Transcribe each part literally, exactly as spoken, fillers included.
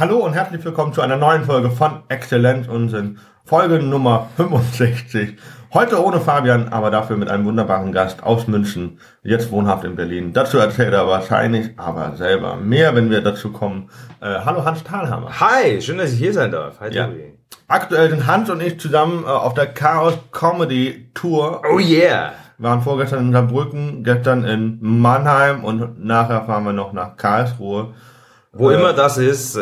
Hallo und herzlich willkommen zu einer neuen Folge von Exzellenz Unsinn, Folge Nummer fünfundsechzig. Heute ohne Fabian, aber dafür mit einem wunderbaren Gast aus München, jetzt wohnhaft in Berlin. Dazu erzählt er wahrscheinlich aber selber mehr, wenn wir dazu kommen. Äh, hallo Hans Thalhammer. Hi, schön, dass ich hier sein darf. Hi, ja. Tobi. Aktuell sind Hans und ich zusammen äh, auf der Chaos Comedy Tour. Oh yeah. Wir waren vorgestern in Saarbrücken, gestern in Mannheim und nachher fahren wir noch nach Karlsruhe. Wo äh, immer das ist.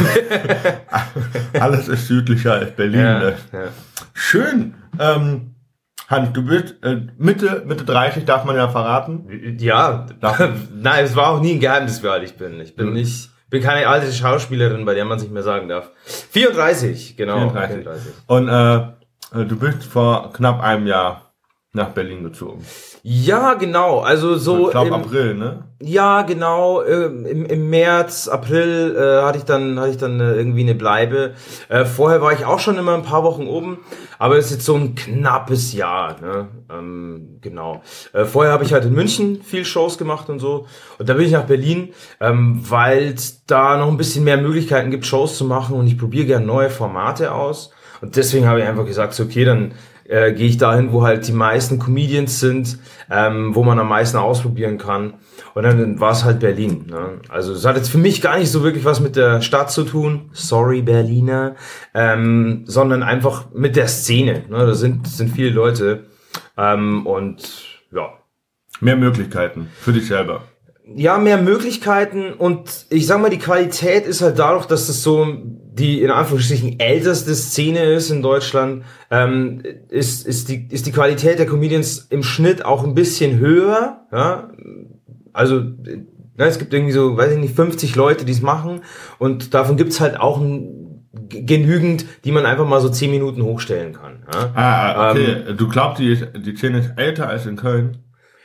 Alles ist südlicher als Berlin. Ja, ne? ja. Schön. Ähm, Hans, du bist äh, Mitte, Mitte dreißig, darf man ja verraten. Ja, nein, es war auch nie ein Geheimnis, wie alt ich bin. Ich bin mhm. nicht, bin keine alte Schauspielerin, bei der man sich mehr sagen darf. vierunddreißig, genau. vierunddreißig. vierunddreißig. Und äh, du bist vor knapp einem Jahr nach Berlin gezogen. Ja, genau. Also so. Ich glaube im, April, ne? Ja, genau. Äh, im, Im März, April äh, hatte ich dann hatte ich dann äh, irgendwie eine Bleibe. Äh, vorher war ich auch schon immer ein paar Wochen oben, aber es ist jetzt so ein knappes Jahr. Ne? Ähm, genau. Äh, vorher habe ich halt in München viel Shows gemacht und so. Und da bin ich nach Berlin, ähm, weil es da noch ein bisschen mehr Möglichkeiten gibt, Shows zu machen. Und ich probiere gerne neue Formate aus. Und deswegen habe ich einfach gesagt, so, okay, dann äh, gehe ich dahin, wo halt die meisten Comedians sind, ähm, wo man am meisten ausprobieren kann. Und dann war es halt Berlin. Ne? Also es hat jetzt für mich gar nicht so wirklich was mit der Stadt zu tun, sorry Berliner, ähm, sondern einfach mit der Szene. Ne? Da sind sind viele Leute ähm, und ja. Mehr Möglichkeiten für dich selber. Ja, mehr Möglichkeiten und ich sag mal, die Qualität ist halt dadurch, dass das so die in Anführungsstrichen älteste Szene ist in Deutschland, ähm, ist ist die ist die Qualität der Comedians im Schnitt auch ein bisschen höher, ja, also na, es gibt irgendwie so, weiß ich nicht, fünfzig Leute, die es machen und davon gibt's halt auch ein, genügend, die man einfach mal so zehn Minuten hochstellen kann. Ja? Ah, okay. Ähm, du glaubst, die die Szene ist älter als in Köln?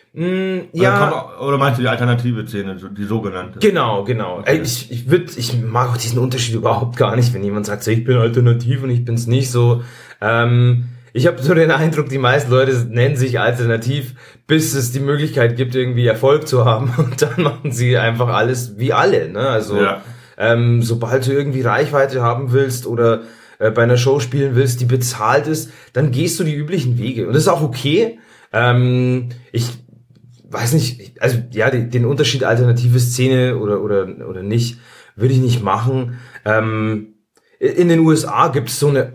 Mm, ja. Oder, kommt, oder meinst du die alternative Szene, die sogenannte? Genau, genau. Okay. Ich, ich würde, ich mag auch diesen Unterschied überhaupt gar nicht, wenn jemand sagt, so, ich bin alternativ und ich bin's nicht so. Ähm, ich habe so den Eindruck, die meisten Leute nennen sich alternativ, bis es die Möglichkeit gibt, irgendwie Erfolg zu haben und dann machen sie einfach alles wie alle. Ne? Also ja. ähm, sobald du irgendwie Reichweite haben willst oder äh, bei einer Show spielen willst, die bezahlt ist, dann gehst du die üblichen Wege und das ist auch okay. Ähm, ich weiß nicht, also ja, den, den Unterschied alternative Szene oder oder oder nicht, würde ich nicht machen. Ähm, in den U S A gibt es so eine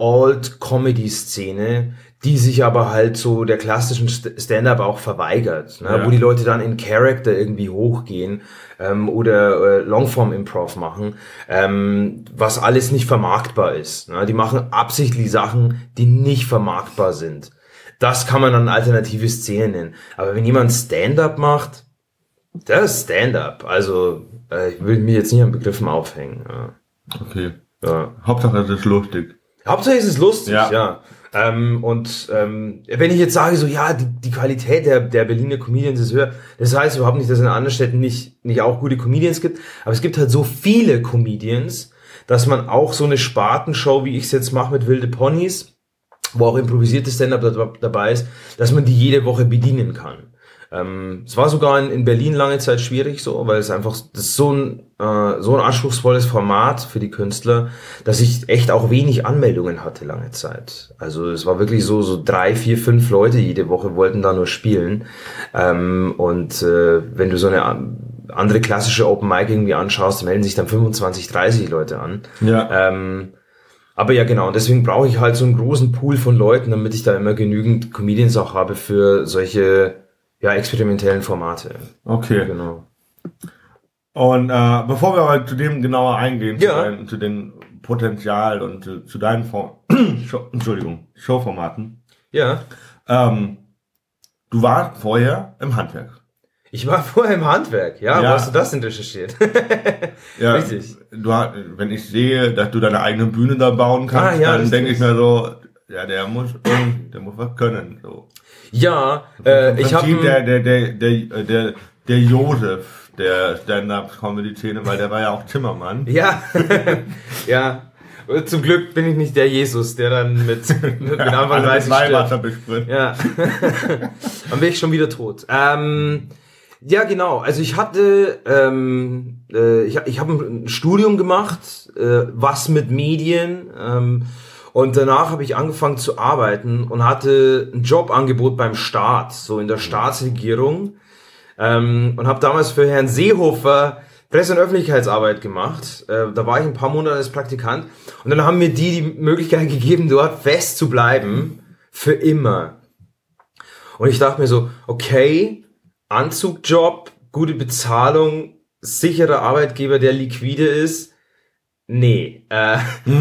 Alt-Comedy-Szene, die sich aber halt so der klassischen Stand-up auch verweigert, ne? Ja. Wo die Leute dann in Character irgendwie hochgehen ähm, oder äh, Longform-Improv machen, ähm, was alles nicht vermarktbar ist. Ne? Die machen absichtlich Sachen, die nicht vermarktbar sind. Das kann man dann alternative Szene nennen. Aber wenn jemand Stand-up macht, das ist Stand-up. Also, äh, ich will mich jetzt nicht an Begriffen aufhängen. Ja. Okay. Ja. Hauptsache es ist lustig. Hauptsache es ist lustig, ja. ja. Ähm, und ähm, wenn ich jetzt sage, so ja, die, die Qualität der, der Berliner Comedians ist höher, das heißt überhaupt nicht, dass es in anderen Städten nicht, nicht auch gute Comedians gibt. Aber es gibt halt so viele Comedians, dass man auch so eine Spartenshow, wie ich es jetzt mache mit Wilde Ponys, wo auch improvisiertes Stand-up dabei ist, dass man die jede Woche bedienen kann. Ähm, es war sogar in, in Berlin lange Zeit schwierig so, weil es einfach, das ist so ein, äh, so ein anspruchsvolles Format für die Künstler, dass ich echt auch wenig Anmeldungen hatte lange Zeit. Also es war wirklich so, so drei, vier, fünf Leute jede Woche wollten da nur spielen. Ähm, und äh, wenn du so eine andere klassische Open Mic irgendwie anschaust, melden sich dann fünfundzwanzig, dreißig Leute an. Ja. Ähm, Aber ja, genau. Und deswegen brauche ich halt so einen großen Pool von Leuten, damit ich da immer genügend Comedians auch habe für solche, ja, experimentellen Formate. Okay. Genau. Und äh, bevor wir aber zu dem genauer eingehen, ja. zu, dein, zu den Potenzial und zu, zu deinen Form Show, Entschuldigung, Showformaten. Ja. Ähm, du warst vorher im Handwerk. Ich war vorher im Handwerk, ja. ja. Wo hast du das denn recherchiert? Ja, richtig. Du, wenn ich sehe, dass du deine eigene Bühne da bauen kannst, ah, ja, dann denke ich mir so, ja, der muss, der muss was können, so. Ja, äh, ich habe der, der, der, der, der, der Josef der Stand-up-Comedy-Szene, weil der war ja auch Zimmermann. Ja, ja. Zum Glück bin ich nicht der Jesus, der dann mit, mit, mit Anfang dreißig Weihwasser bespricht. Ja. Dann bin ich schon wieder tot. Ähm, Ja, genau. Also ich hatte, ähm, äh, ich, ich habe ein Studium gemacht, äh, was mit Medien, ähm, und danach habe ich angefangen zu arbeiten und hatte ein Jobangebot beim Staat, so in der Staatsregierung, ähm, und habe damals für Herrn Seehofer Presse- und Öffentlichkeitsarbeit gemacht. Äh, da war ich ein paar Monate als Praktikant und dann haben mir die die Möglichkeit gegeben, dort fest zu bleiben für immer. Und ich dachte mir so, okay, Anzugjob, gute Bezahlung, sicherer Arbeitgeber, der liquide ist. Nee. Äh,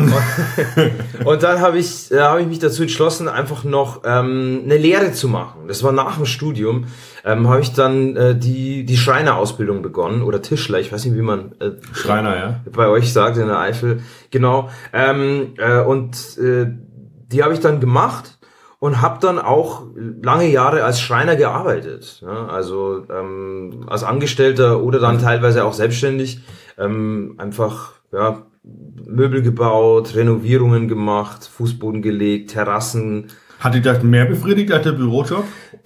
und, und dann habe ich, äh, hab ich mich dazu entschlossen, einfach noch ähm, eine Lehre zu machen. Das war nach dem Studium. Ähm, habe ich dann äh, die die Schreinerausbildung begonnen oder Tischler. Ich weiß nicht, wie man äh, Schreiner, ja. bei euch sagt in der Eifel. Genau. Ähm, äh, und äh, die habe ich dann gemacht. Und habe dann auch lange Jahre als Schreiner gearbeitet, ja, also ähm, als Angestellter oder dann teilweise auch selbstständig, ähm, einfach ja Möbel gebaut, Renovierungen gemacht, Fußboden gelegt, Terrassen. Hat dich das mehr befriedigt als der Bürojob?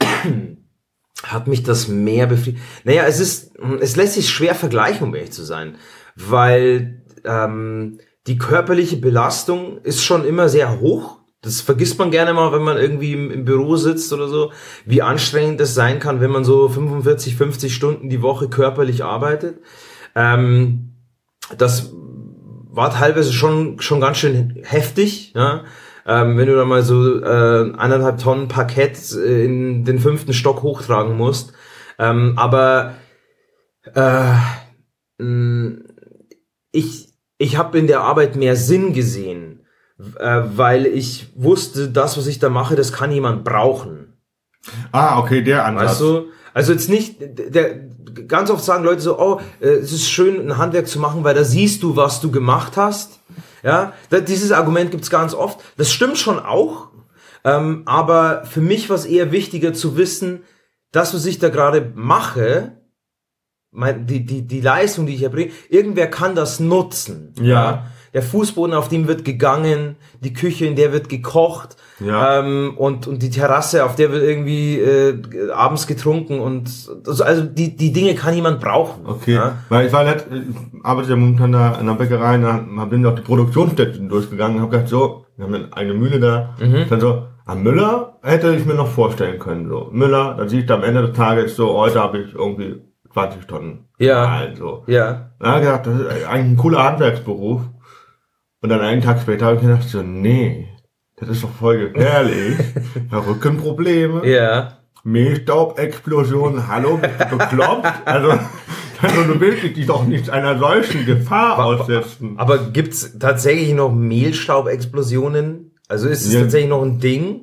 Hat mich das mehr befriedigt? Naja, es ist, es lässt sich schwer vergleichen, um ehrlich zu sein, weil ähm, die körperliche Belastung ist schon immer sehr hoch. Das vergisst man gerne mal, wenn man irgendwie im, im Büro sitzt oder so, wie anstrengend das sein kann, wenn man so fünfundvierzig, fünfzig Stunden die Woche körperlich arbeitet. Ähm, das war teilweise schon schon ganz schön heftig, ja? Ähm, wenn du dann mal so äh, eineinhalb Tonnen Parkett in den fünften Stock hochtragen musst. Ähm, aber äh, mh, ich ich habe in der Arbeit mehr Sinn gesehen. Äh, weil ich wusste, das, was ich da mache, das kann jemand brauchen. Ah, okay, der Ansatz. Weißt du? Also jetzt nicht, der, ganz oft sagen Leute so, oh, äh, es ist schön, ein Handwerk zu machen, weil da siehst du, was du gemacht hast. Ja, da, dieses Argument gibt's ganz oft. Das stimmt schon auch. Ähm, aber für mich war es eher wichtiger zu wissen, das, was ich da gerade mache, mein, die, die, die Leistung, die ich erbringe, irgendwer kann das nutzen. Ja. ja? Der Fußboden, auf dem wird gegangen, die Küche, in der wird gekocht, ja. ähm, und und die Terrasse, auf der wird irgendwie äh, abends getrunken und also, also die die Dinge kann jemand brauchen. Okay, ja? Weil ich war letzt, ich arbeite ja momentan da in der Bäckerei, da bin ich auch die Produktionsstätten durchgegangen und habe gedacht so, wir haben eine Mühle da, mhm. dann so, ah, Müller hätte ich mir noch vorstellen können, so Müller, dann siehst du am Ende des Tages so, heute habe ich irgendwie zwanzig Tonnen. Ja. Also. Ja. Da habe ich gedacht, das ist eigentlich ein cooler Handwerksberuf. Und dann einen Tag später habe ich gedacht, so, nee, das ist doch voll gefährlich. Ja, Rückenprobleme. Ja. Mehlstaubexplosionen, hallo, bist du bekloppt? Also, also du willst dich doch nicht einer solchen Gefahr aussetzen. Aber gibt's tatsächlich noch Mehlstaubexplosionen? Also ist es ja. tatsächlich noch ein Ding?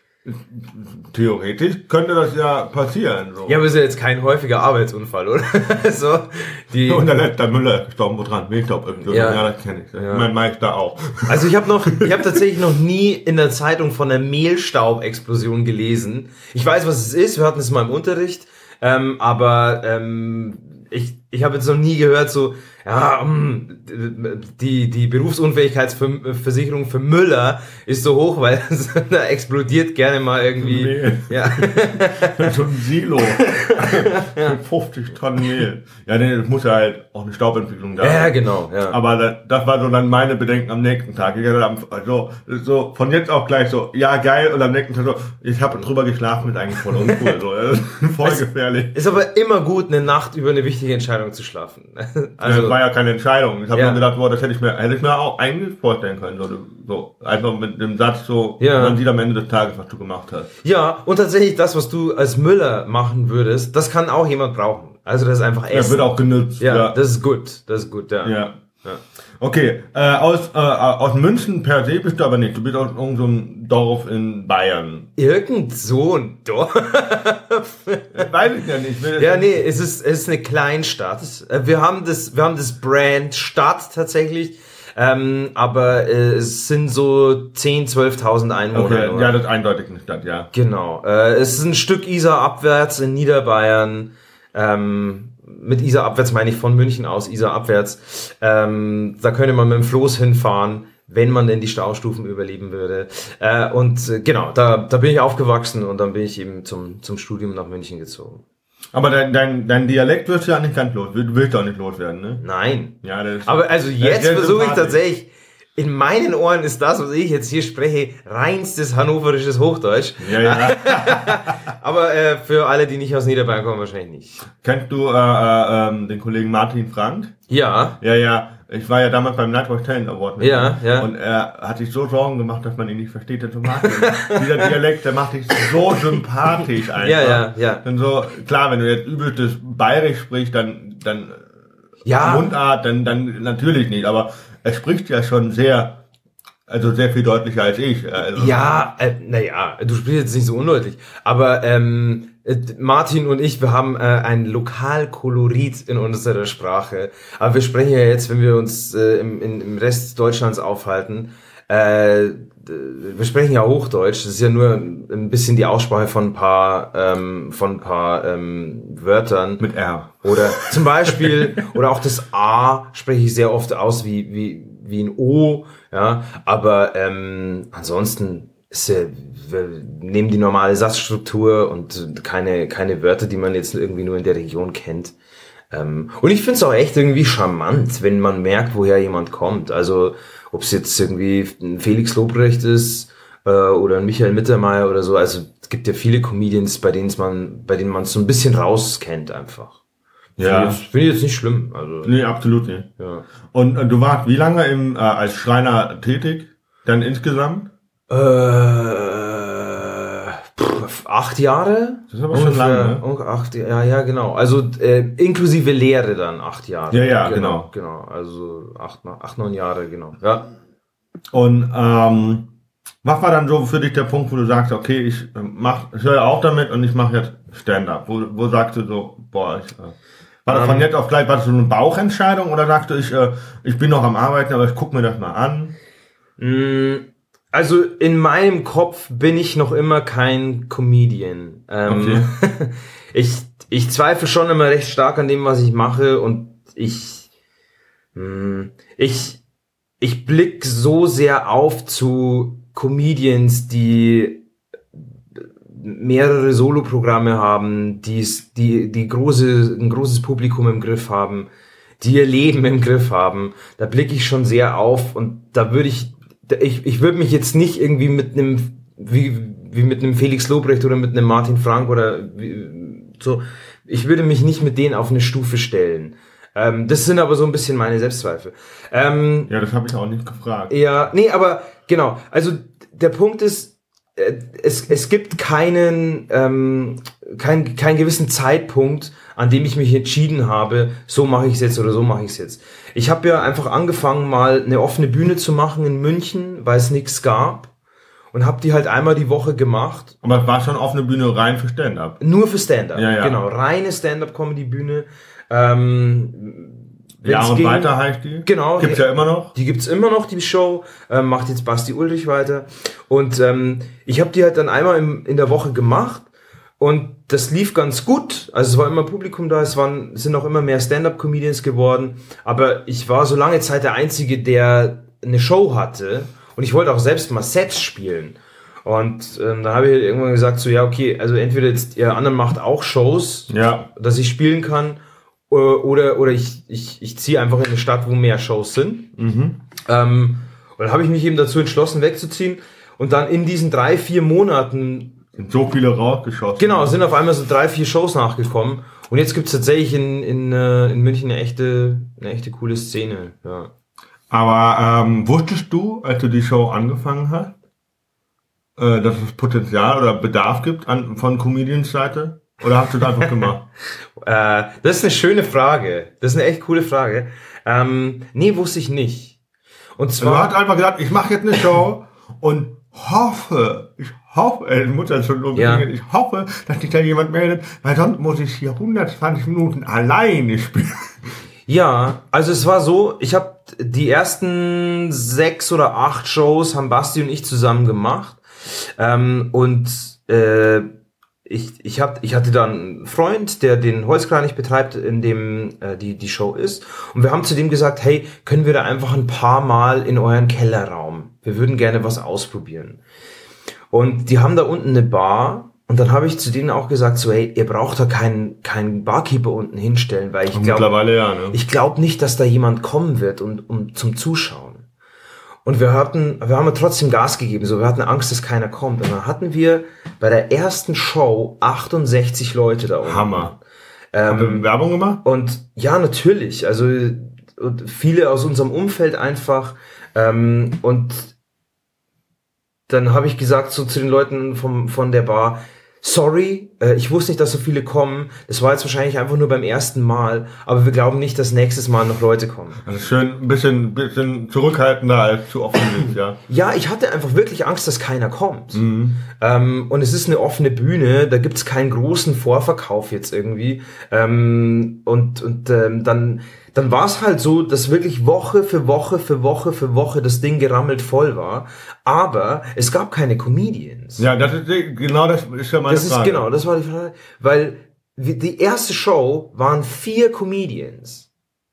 Theoretisch könnte das ja passieren. So. Ja, aber ist ja jetzt kein häufiger Arbeitsunfall, oder? so, die und der letzte Müller gestorben, wo dran, Mehlstaubexplosion, ja. ja, das kenne ich. Ja. Mein Meister auch. Also ich habe noch, ich habe tatsächlich noch nie in der Zeitung von einer Mehlstaubexplosion gelesen. Ich weiß, was es ist, wir hatten es mal im Unterricht, ähm, aber ähm, ich, ich habe jetzt noch nie gehört, so, ja, die, die Berufsunfähigkeitsversicherung für Müller ist so hoch, weil da explodiert gerne mal irgendwie. Mehl. Ja. So ein Silo. Mit fünfzig Tonnen Mehl. Ja, nee, das muss ja halt auch eine Staubentwicklung da. Ja, genau, ja. Aber das, das war so dann meine Bedenken am nächsten Tag. Ich hatte so, so, von jetzt auch gleich so, ja, geil, und am nächsten Tag so, ich habe drüber geschlafen, ist eigentlich voll uncool, so. Das ist voll es gefährlich. Ist aber immer gut, eine Nacht über eine wichtige Entscheidung zu schlafen. Also, das war ja keine Entscheidung. Ich habe ja. nur gedacht, boah, das hätte ich mir, hätte ich mir auch eigentlich vorstellen können. So, so einfach mit dem Satz so, ja. man sieht am Ende des Tages, was du gemacht hast. Ja, und tatsächlich das, was du als Müller machen würdest, das kann auch jemand brauchen. Also das ist einfach Essen. Ja, wird auch genutzt. Ja, ja, das ist gut. Das ist gut, ja. Ja. ja. Okay, äh, aus, äh, aus München per se bist du aber nicht. Du bist aus irgendeinem so Dorf in Bayern. Irgend so ein Dorf? Weiß ich ja nicht. Ich ja, nee, es ist, es ist eine Kleinstadt. Wir haben das, wir haben das Brand Stadt tatsächlich. Ähm, aber äh, es sind so zehntausend, zwölftausend Einwohner. Okay, nur. ja, das ist eindeutig eine Stadt, ja. Genau. Äh, es ist ein Stück Isar abwärts in Niederbayern. Ähm, mit Isar abwärts meine ich von München aus, Isar abwärts. Ähm, da könnte man mit dem Floß hinfahren, wenn man denn die Staustufen überleben würde. Äh, und äh, genau, da, da bin ich aufgewachsen und dann bin ich eben zum, zum Studium nach München gezogen. Aber dein, dein, dein Dialekt wirst du ja nicht ganz los, willst du auch nicht loswerden, ne? Nein. Ja, das ist, aber also jetzt versuche ich tatsächlich, in meinen Ohren ist das, was ich jetzt hier spreche, reinstes hannoverisches Hochdeutsch. Ja, ja. Aber äh, für alle, die nicht aus Niederbayern kommen, wahrscheinlich nicht. Kennst du äh, äh, ähm, den Kollegen Martin Frank? Ja. Ja, ja. Ich war ja damals beim Nightwatch Talent Award mit ja, ihm. Ja. Und er hat sich so Sorgen gemacht, dass man ihn nicht versteht, der zu Martin. Dieser Dialekt, der macht dich so sympathisch einfach. Ja, ja, ja. Dann so, klar, wenn du jetzt übelstes Bayerisch sprichst, dann, dann ja. Mundart, dann, dann natürlich nicht. Aber er spricht ja schon sehr, also sehr viel deutlicher als ich. Also, ja, äh, naja, du sprichst jetzt nicht so undeutlich. Aber ähm, Martin und ich, wir haben äh, ein Lokalkolorit in unserer Sprache. Aber wir sprechen ja jetzt, wenn wir uns äh, im, in, im Rest Deutschlands aufhalten, äh, wir sprechen ja Hochdeutsch. Das ist ja nur ein bisschen die Aussprache von ein paar, ähm, von ein paar ähm, Wörtern. Mit R. Oder zum Beispiel, oder auch das A spreche ich sehr oft aus wie wie wie ein O. Ja, aber ähm, ansonsten ist ja, wir nehmen die normale Satzstruktur und keine keine Wörter, die man jetzt irgendwie nur in der Region kennt. Ähm, und ich finde es auch echt irgendwie charmant, wenn man merkt, woher jemand kommt. Also ob es jetzt irgendwie ein Felix Lobrecht ist äh, oder ein Michael Mittermeier oder so. Also es gibt ja viele Comedians, bei denen man bei denen man es so ein bisschen rauskennt einfach. Ja. Finde ich, find ich jetzt nicht schlimm. Also, nee, absolut nicht. Ja. Und äh, du warst wie lange im, äh, als Schreiner tätig? Dann insgesamt? Äh, pff, acht Jahre? Das ist aber schon lange, ne? Acht, ja, ja, genau. Also äh, inklusive Lehre dann acht Jahre. Ja, ja, genau. Genau, genau. Also acht, acht, neun Jahre, genau. Ja. Und ähm, was war dann so für dich der Punkt, wo du sagst, okay, ich mach, ich höre auf damit und ich mache jetzt Stand-up? Wo, wo sagst du so, boah, ich, äh, war das von jetzt auf gleich, war das so eine Bauchentscheidung oder sagst du, ich, äh, ich bin noch am Arbeiten, aber ich guck mir das mal an? Also in meinem Kopf bin ich noch immer kein Comedian. Ähm, okay. ich, ich zweifle schon immer recht stark an dem, was ich mache und ich, mh, ich, ich blick so sehr auf zu Comedians, die mehrere Soloprogramme haben, die die die große ein großes Publikum im Griff haben, die ihr Leben im Griff haben. Da blicke ich schon sehr auf und da würde ich ich ich würde mich jetzt nicht irgendwie mit einem wie wie mit einem Felix Lobrecht oder mit einem Martin Frank oder wie, so, ich würde mich nicht mit denen auf eine Stufe stellen. Ähm, das sind aber so ein bisschen meine Selbstzweifel. Ähm, ja, das habe ich auch nicht gefragt. Ja, nee, aber genau. Also der Punkt ist, Es, es gibt keinen, ähm, keinen, keinen gewissen Zeitpunkt, an dem ich mich entschieden habe, so mache ich es jetzt oder so mache ich es jetzt. Ich habe ja einfach angefangen, mal eine offene Bühne zu machen in München, weil es nichts gab und habe die halt einmal die Woche gemacht. Aber es war schon offene Bühne rein für Stand-up? Nur für Stand-up, ja, ja. Genau, reine Stand-up-Comedy-Bühne. Ähm, Ja, und ging, weiter heißt die? Genau. Gibt's ja immer noch? Die gibt's immer noch, die Show. Ähm, macht jetzt Basti Ulrich weiter. Und ähm, ich habe die halt dann einmal im, in der Woche gemacht. Und das lief ganz gut. Also es war immer Publikum da. Es waren, es sind auch immer mehr Stand-Up-Comedians geworden. Aber ich war so lange Zeit der Einzige, der eine Show hatte. Und ich wollte auch selbst mal Sets spielen. Und ähm, dann habe ich irgendwann gesagt, so ja, okay, also entweder jetzt ihr anderen macht auch Shows, ja, dass ich spielen kann. Oder oder ich ich ich ziehe einfach in eine Stadt, wo mehr Shows sind. Mhm. Ähm, und dann habe ich mich eben dazu entschlossen, wegzuziehen. Und dann in diesen drei, vier Monaten sind so viele rausgeschossen. Genau, sind auf einmal so drei, vier Shows nachgekommen. Und jetzt gibt's tatsächlich in in in München eine echte eine echte coole Szene. Ja. Aber ähm, wusstest du, als du die Show angefangen hast, äh, dass es Potenzial oder Bedarf gibt an von Comedians Seite? Oder hast du das einfach gemacht? äh, das ist eine schöne Frage. Das ist eine echt coole Frage. Ähm, nee, wusste ich nicht. Und zwar... Du hast einfach gesagt, ich mache jetzt eine Show und hoffe, ich hoffe, äh, muss das schon so ja. ich hoffe, dass sich da jemand meldet, weil sonst muss ich hier hundertzwanzig Minuten alleine spielen. Ja, also es war so, ich habe die ersten sechs oder acht Shows haben Basti und ich zusammen gemacht. Ähm, und äh, Ich, ich, hab, ich hatte da einen Freund, der den Holzkranich betreibt, in dem äh, die, die Show ist. Und wir haben zu dem gesagt, hey, können wir da einfach ein paar Mal in euren Kellerraum? Wir würden gerne was ausprobieren. Und die haben da unten eine Bar Und dann habe ich zu denen auch gesagt, so, hey, ihr braucht da keinen keinen Barkeeper unten hinstellen, weil ich glaube, mittlerweile ja, ne? Ich glaube nicht, dass da jemand kommen wird und um zum Zuschauen. Und wir hatten, wir haben ja trotzdem Gas gegeben, so wir hatten Angst, dass keiner kommt. Und dann hatten wir bei der ersten Show achtundsechzig Leute da unten. Hammer. Ähm, Haben wir Werbung gemacht? Und ja, natürlich. Also und viele aus unserem Umfeld einfach. Ähm, und dann habe ich gesagt so zu den Leuten vom von der Bar, sorry, äh, ich wusste nicht, dass so viele kommen. Das war jetzt wahrscheinlich einfach nur beim ersten Mal, aber wir glauben nicht, dass nächstes Mal noch Leute kommen. Also schön ein bisschen, bisschen zurückhaltender als zu offensiv, ja. Ja, ich hatte einfach wirklich Angst, dass keiner kommt. Mhm. Ähm, und es ist eine offene Bühne, da gibt's keinen großen Vorverkauf jetzt irgendwie. Ähm, und und ähm, dann dann war es halt so, dass wirklich Woche für Woche für Woche für Woche das Ding gerammelt voll war. Aber es gab keine Comedians. Ja, das ist genau das ist ja meine Das ist Frage. genau, das war die Frage, weil wir- die erste Show waren vier Comedians.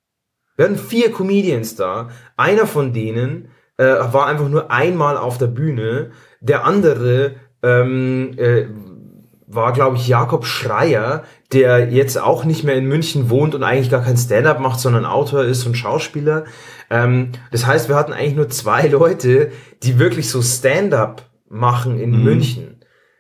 Wir hatten vier Comedians da. Einer von denen äh, war einfach nur einmal auf der Bühne. Der andere ähm, äh, war, glaube ich, Jakob Schreier, der jetzt auch nicht mehr in München wohnt und eigentlich gar kein Stand-up macht, sondern Autor ist und Schauspieler. Ähm, das heißt, wir hatten eigentlich nur zwei Leute, die wirklich so Stand-up machen in Mhm. München.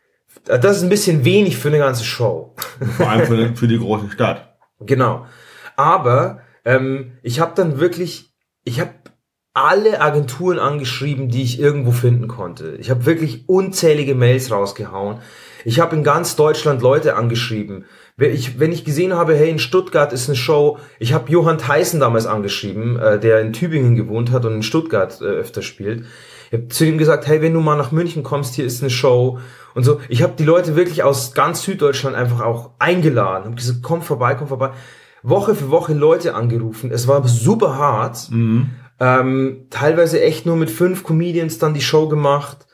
Das ist ein bisschen wenig für eine ganze Show. Vor allem für, die- für die große Stadt. Genau. Aber ähm, ich habe dann wirklich, ich habe alle Agenturen angeschrieben, die ich irgendwo finden konnte. Ich habe wirklich unzählige Mails rausgehauen. Ich habe in ganz Deutschland Leute angeschrieben. Wenn ich, wenn ich gesehen habe, hey, in Stuttgart ist eine Show, ich habe Johann Theissen damals angeschrieben, äh, der in Tübingen gewohnt hat und in Stuttgart äh, öfter spielt. Ich habe zu ihm gesagt, hey, wenn du mal nach München kommst, hier ist eine Show und so. Ich habe die Leute wirklich aus ganz Süddeutschland einfach auch eingeladen. Habe gesagt, komm vorbei, komm vorbei. Woche für Woche Leute angerufen. Es war super hart. Mhm. Ähm, teilweise echt nur mit fünf Comedians dann die Show gemacht.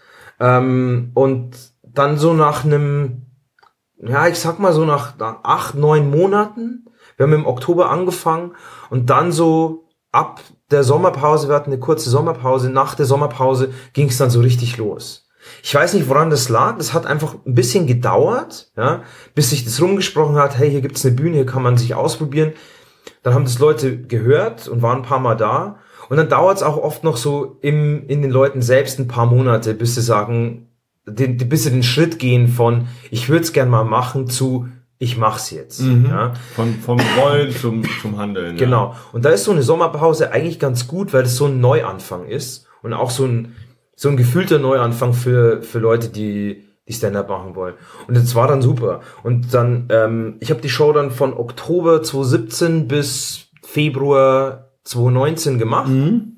Ähm, und dann so nach einem, ja, ich sag mal so nach, nach acht, neun Monaten. Wir haben im Oktober angefangen und dann so ab der Sommerpause, wir hatten eine kurze Sommerpause, nach der Sommerpause ging es dann so richtig los. Ich weiß nicht, woran das lag. Das hat einfach ein bisschen gedauert, ja, bis sich das rumgesprochen hat, hey, hier gibt's eine Bühne, hier kann man sich ausprobieren. Dann haben das Leute gehört und waren ein paar Mal da. Und dann dauert's auch oft noch so im, in den Leuten selbst ein paar Monate, bis sie sagen, den, bis sie den Schritt gehen von, ich würde es gern mal machen, zu, ich mach's jetzt. Mhm. Ja. Von, vom Wollen zum, zum Handeln. Genau. Und da ist so eine Sommerpause eigentlich ganz gut, weil das so ein Neuanfang ist und auch so ein, so ein gefühlter Neuanfang für, für Leute, die, die Stand-up machen wollen. Und das war dann super. Und dann, ähm, ich habe die Show dann von Oktober zwanzig siebzehn bis Februar zwanzig neunzehn gemacht. Ja. Mhm.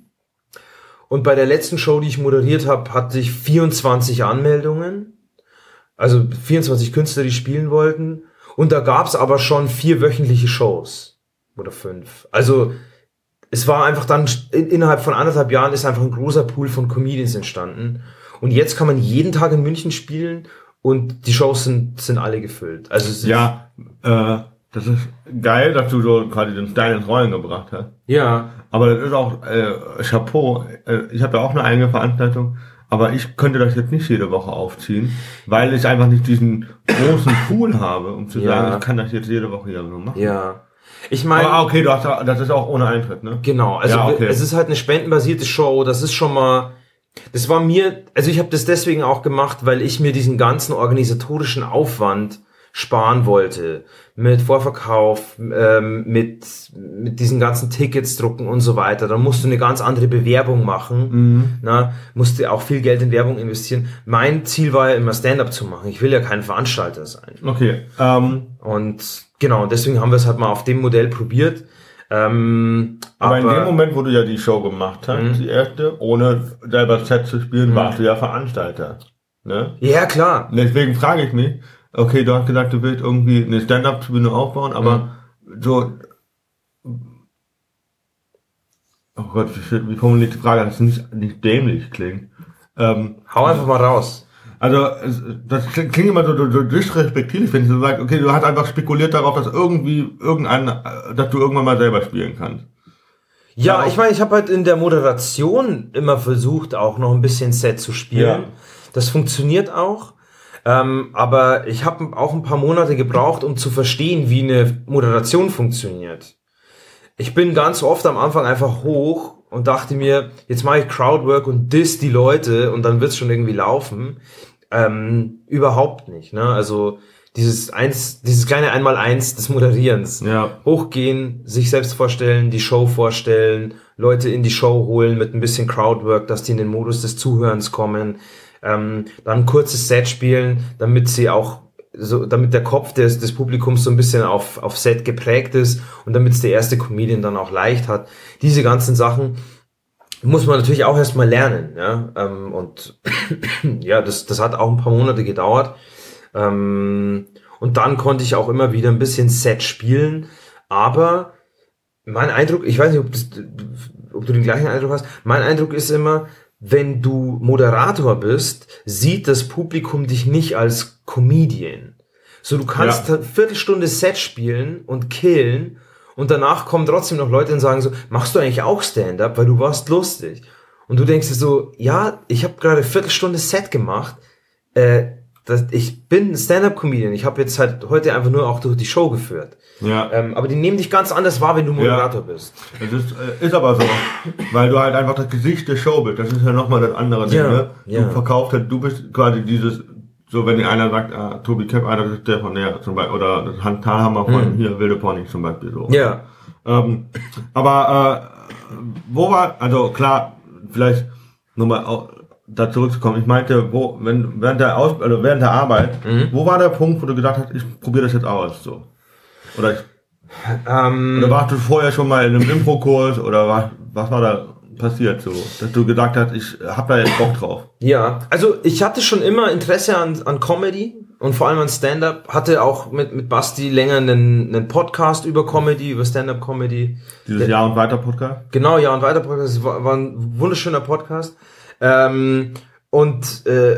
Und bei der letzten Show, die ich moderiert habe, hatte ich vierundzwanzig Anmeldungen. Also vierundzwanzig Künstler, die spielen wollten. Und da gab's aber schon vier wöchentliche Shows. Oder fünf. Also es war einfach dann, in, innerhalb von anderthalb Jahren ist einfach ein großer Pool von Comedians entstanden. Und jetzt kann man jeden Tag in München spielen und die Shows sind, sind alle gefüllt. Also es ist, Ja, äh, das ist geil, dass du so quasi den Stein ins Rollen gebracht hast. ja, Aber das ist auch äh, Chapeau. Äh, ich habe ja auch eine eigene Veranstaltung, aber ich könnte das jetzt nicht jede Woche aufziehen, weil ich einfach nicht diesen großen Pool habe, um zu Ja. sagen, ich kann das jetzt jede Woche hier so machen. ja. Ich meine, Aber okay, du hast, das ist auch ohne Eintritt, ne? genau, also Ja, okay. es ist halt eine spendenbasierte Show, das ist schon mal, das war mir, also ich habe das deswegen auch gemacht, weil ich mir diesen ganzen organisatorischen Aufwand sparen wollte, mit Vorverkauf, ähm, mit mit diesen ganzen Tickets drucken und so weiter. Dann musst du eine ganz andere Bewerbung machen, Mhm. na, musst du auch viel Geld in Werbung investieren. Mein Ziel war ja immer Stand-up zu machen. Ich will ja kein Veranstalter sein. Okay. Ähm, Und genau, deswegen haben wir es halt mal auf dem Modell probiert. Ähm, aber, aber in dem Moment, wo du ja die Show gemacht hast, Mhm. die erste, ohne selber Set zu spielen, warst du ja Veranstalter. Ne? ja, klar. Und deswegen frage ich mich, okay, du hast gesagt, du willst irgendwie eine Stand-Up-Tribüne aufbauen, aber so, oh Gott, wie, wie formuliere ich die Frage, dass es nicht, nicht dämlich klingt. Ähm, Hau einfach mal raus. also, es, das klingt immer so, so, so disrespektierlich, wenn du sagst, okay, du hast einfach spekuliert darauf, dass irgendwie irgendein, äh, dass du irgendwann mal selber spielen kannst. Ja, Ja. ich meine, ich habe halt in der Moderation immer versucht, auch noch ein bisschen Set zu spielen. Ja. Das funktioniert auch. Ähm, aber ich habe auch ein paar Monate gebraucht, um zu verstehen, wie eine Moderation funktioniert. Ich bin ganz oft am Anfang einfach hoch und dachte mir, jetzt mache ich Crowdwork und diss die Leute und dann wird's schon irgendwie laufen. Ähm, überhaupt nicht, ne? Also dieses eins, dieses kleine Einmaleins des Moderierens. Ja. Hochgehen, sich selbst vorstellen, die Show vorstellen, Leute in die Show holen mit ein bisschen Crowdwork, dass die in den Modus des Zuhörens kommen. Ähm, dann ein kurzes Set spielen, damit sie auch so, damit der Kopf des, des Publikums so ein bisschen auf, auf Set geprägt ist und damit es der erste Comedian dann auch leicht hat. Diese ganzen Sachen muss man natürlich auch erstmal lernen, ja, ähm, und ja, das, das hat auch ein paar Monate gedauert, ähm, und dann konnte ich auch immer wieder ein bisschen Set spielen, aber mein Eindruck, ich weiß nicht, ob, das, ob du den gleichen Eindruck hast, mein Eindruck ist immer, wenn du Moderator bist, sieht das Publikum dich nicht als Comedian. So, du kannst ja. eine Viertelstunde Set spielen und killen und danach kommen trotzdem noch Leute und sagen so, machst du eigentlich auch Stand-up, weil du warst lustig. Und du denkst dir so, ja, ich habe gerade eine Viertelstunde Set gemacht, äh, das, ich bin Stand-up-Comedian, ich habe jetzt halt heute einfach nur auch durch die Show geführt. Ja. Ähm, aber die nehmen dich ganz anders wahr, wenn du Moderator ja. bist. Das ist, äh, ist aber so, weil du halt einfach das Gesicht der Show bist. Das ist ja nochmal das andere Ding, ja. ne? Du ja. verkaufst halt, du bist quasi dieses, so wenn dir einer sagt, ah, Tobi Kepp, ah, das ist der von der zum Beispiel, oder das Hans Thalhammer von hm. hier, Wilde Pony zum Beispiel so. Ja. Ähm, aber äh, wo war, also klar, vielleicht nochmal auch da zurückzukommen. Ich meinte, wo, wenn während der Aus, also während der Arbeit, mhm. wo war der Punkt, wo du gedacht hast, ich probiere das jetzt aus, so? Oder ich, ähm, oder warst du vorher schon mal in einem Impro-Kurs oder was, was war da passiert, so, dass du gesagt hast, ich hab da jetzt Bock drauf? Ja, also ich hatte schon immer Interesse an, an Comedy und vor allem an Stand-up. Hatte auch mit mit Basti länger einen, einen Podcast über Comedy, über Stand-up-Comedy. Dieses Jahr und weiter Podcast? Genau, Jahr und weiter Podcast. Das war, war ein wunderschöner Podcast. Ähm, und äh,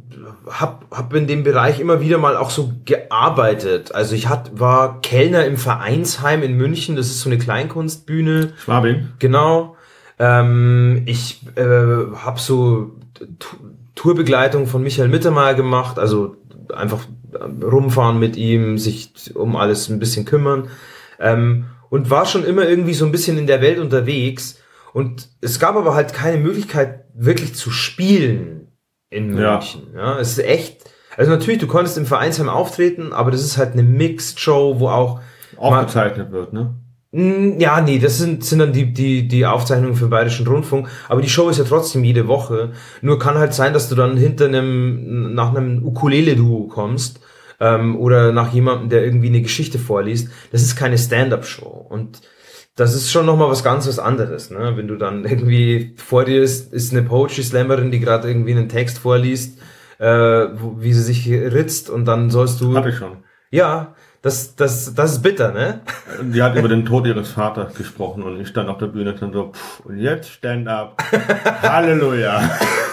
hab hab in dem Bereich immer wieder mal auch so gearbeitet. Also ich hat, war Kellner im Vereinsheim in München. Das ist so eine Kleinkunstbühne. Schwabing. Genau. Ähm, ich äh, habe so T- Tourbegleitung von Michael Mittermeier gemacht. Also einfach rumfahren mit ihm, sich um alles ein bisschen kümmern. Ähm, und war schon immer irgendwie so ein bisschen in der Welt unterwegs. Und es gab aber halt keine Möglichkeit, wirklich zu spielen in München. Ja. Ja, es ist echt, also natürlich, du konntest im Vereinsheim auftreten, aber das ist halt eine Mixed-Show, wo auch aufgezeichnet wird, ne? Ja, nee, das sind, sind dann die, die, die Aufzeichnungen für den Bayerischen Rundfunk. Aber die Show ist ja trotzdem jede Woche. Nur kann halt sein, dass du dann hinter einem, nach einem Ukulele-Duo kommst, ähm, oder nach jemandem, der irgendwie eine Geschichte vorliest. Das ist keine Stand-up-Show. Und das ist schon nochmal was ganz was anderes, ne? Wenn du dann irgendwie vor dir ist, ist eine Poetry-Slammerin, die gerade irgendwie einen Text vorliest, äh, wo, wie sie sich ritzt und dann sollst du... Hab ich schon. Ja, das, das, das ist bitter, ne? Die hat über den Tod ihres Vaters gesprochen und ich stand auf der Bühne und dann so, pff, und jetzt Stand-up. Halleluja.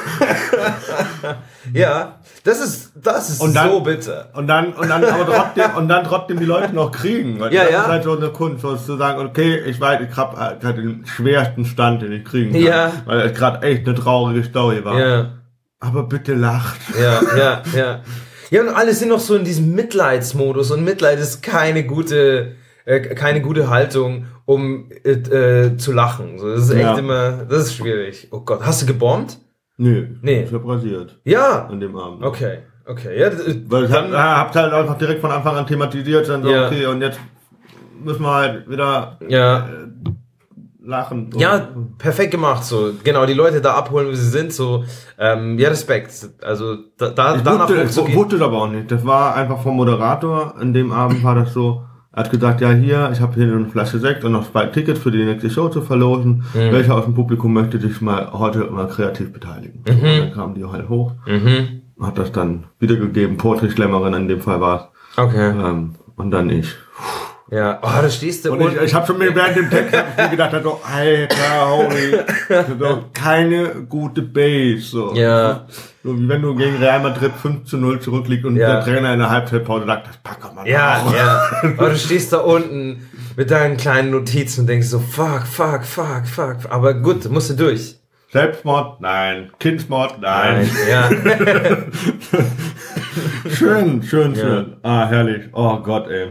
Ja, das ist, das ist und dann, so bitter. Und dann, und dann, aber trotzdem, und dann trotzdem die Leute noch kriegen. Weil ja, das ja. ist halt so eine Kunst, so zu sagen, okay, ich weiß, ich hab halt den schwersten Stand, den ich kriegen kann. Ja. Weil es gerade echt eine traurige Story war. Ja. Aber bitte lacht. Ja, ja, ja. Ja, und alle sind noch so in diesem Mitleidsmodus und Mitleid ist keine gute, äh, keine gute Haltung, um äh, äh, zu lachen. So, das ist echt ja. immer, das ist schwierig. Oh Gott, hast du gebombt? Nö. Nee. Ich hab rasiert. Ja. An dem Abend. Okay, okay. Ja, weil ich hab, hab halt einfach direkt von Anfang an thematisiert, dann so, ja. okay, und jetzt müssen wir halt wieder ja. äh, lachen. So. Ja, perfekt gemacht, so. Genau, die Leute da abholen, wie sie sind, so. Ähm, ja, Respekt. Also, da, da ich danach wusste, ich wusste es aber auch nicht. Das war einfach vom Moderator. An dem Abend war das so, er hat gesagt, ja hier, ich habe hier eine Flasche Sekt und noch zwei Tickets für die nächste Show zu verlosen. Mhm. Welcher aus dem Publikum möchte sich mal heute mal kreativ beteiligen? Mhm. Und dann kamen die halt hoch. Mhm. Hat das dann wiedergegeben. Poetry Slammerin in dem Fall war es. Okay. Ähm, und dann ich. Ja, oh, da stehst du. Und ich, ich habe schon mir während dem Text hab ich mir gedacht, so, Alter, holy, so, keine gute Base, so. Ja. So wie wenn du gegen Real Madrid fünf zu null zurückliegst und ja. der Trainer in der Halbzeitpause sagt, das packen wir ja, mal. Ja, ja. Aber du stehst da unten mit deinen kleinen Notizen und denkst so, fuck, fuck, fuck, fuck. Aber gut, musst du durch. Selbstmord? Nein. Kindsmord? Nein. Nein, ja. Schön, schön, Ja. schön. Ah, herrlich. Oh Gott, ey.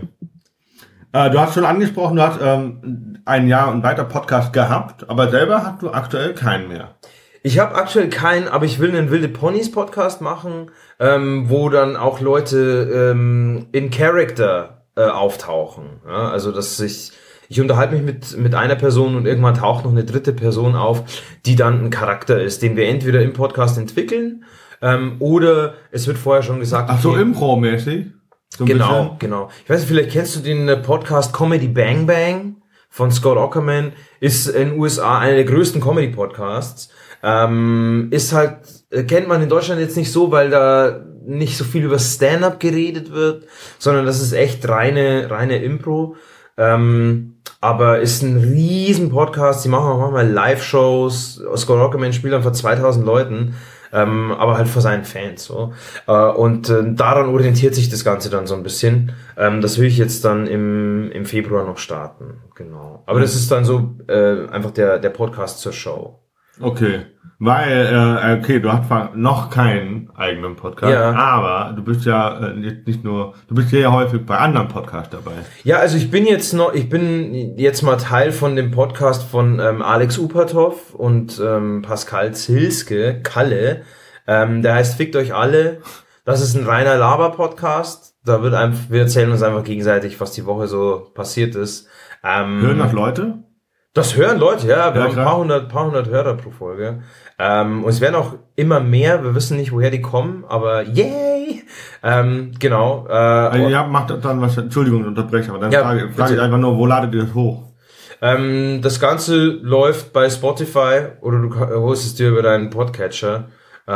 Äh, du hast schon angesprochen, du hast ähm, ein Jahr und weiter Podcast gehabt, aber selber hast du aktuell keinen mehr. Ich habe aktuell keinen, aber ich will einen Wilde Ponys Podcast machen, ähm, wo dann auch Leute ähm, in Character äh, auftauchen. Ja? Also dass ich ich unterhalte mich mit mit einer Person und irgendwann taucht noch eine dritte Person auf, die dann ein Charakter ist, den wir entweder im Podcast entwickeln ähm, oder es wird vorher schon gesagt. Ach so, okay, Impro-mäßig? So ein genau, bisschen. genau. Ich weiß nicht, vielleicht kennst du den äh, Podcast Comedy Bang Bang von Scott Aukerman. Ist in den U S A einer der größten Comedy-Podcasts. Ähm, ist halt, äh, kennt man in Deutschland jetzt nicht so, weil da nicht so viel über Stand-up geredet wird, sondern das ist echt reine, reine Impro. Ähm, aber ist ein riesen Podcast. Die machen auch manchmal Live-Shows. Scott Aukerman spielt dann vor zweitausend Leuten. Ähm, aber halt vor seinen Fans, so. Äh, und äh, daran orientiert sich das Ganze dann so ein bisschen. Ähm, das will ich jetzt dann im, im Februar noch starten, genau. Aber das ist dann so äh, einfach der, der Podcast zur Show. Okay. Weil, äh, okay, du hast zwar noch keinen eigenen Podcast, Ja. aber du bist ja äh, jetzt nicht nur, du bist sehr häufig bei anderen Podcasts dabei. Ja, also ich bin jetzt noch, ich bin jetzt mal Teil von dem Podcast von ähm, Alex Upatov und ähm, Pascal Zilske, Kalle. Ähm, der heißt Fickt euch alle. Das ist ein reiner Laber-Podcast. Da wird einfach, wir erzählen uns einfach gegenseitig, was die Woche so passiert ist. Ähm, Hören das Leute? Das hören Leute, ja. Wir Ja, haben ein klar. paar hundert, paar hundert Hörer pro Folge. Ähm, und es werden auch immer mehr. Wir wissen nicht, woher die kommen, aber yay! Ähm, genau. Äh, Also, ihr macht dann was, Entschuldigung, ich unterbreche, aber dann Ja, frage, frage ich bitte. einfach nur, wo ladet ihr das hoch? ähm, das Ganze läuft bei Spotify oder du ka- holst es dir über deinen Podcatcher.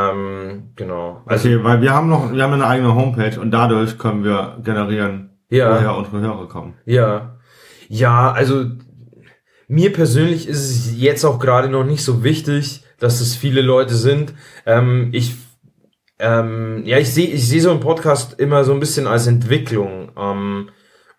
Ähm, genau. Also, Okay, weil wir haben noch, wir haben eine eigene Homepage und dadurch können wir generieren, Ja. woher unsere Hörer kommen. ja. Ja, also mir persönlich ist es jetzt auch gerade noch nicht so wichtig, dass es viele Leute sind. Ähm, ich ähm, ja, ich sehe ich sehe so einen Podcast immer so ein bisschen als Entwicklung ähm,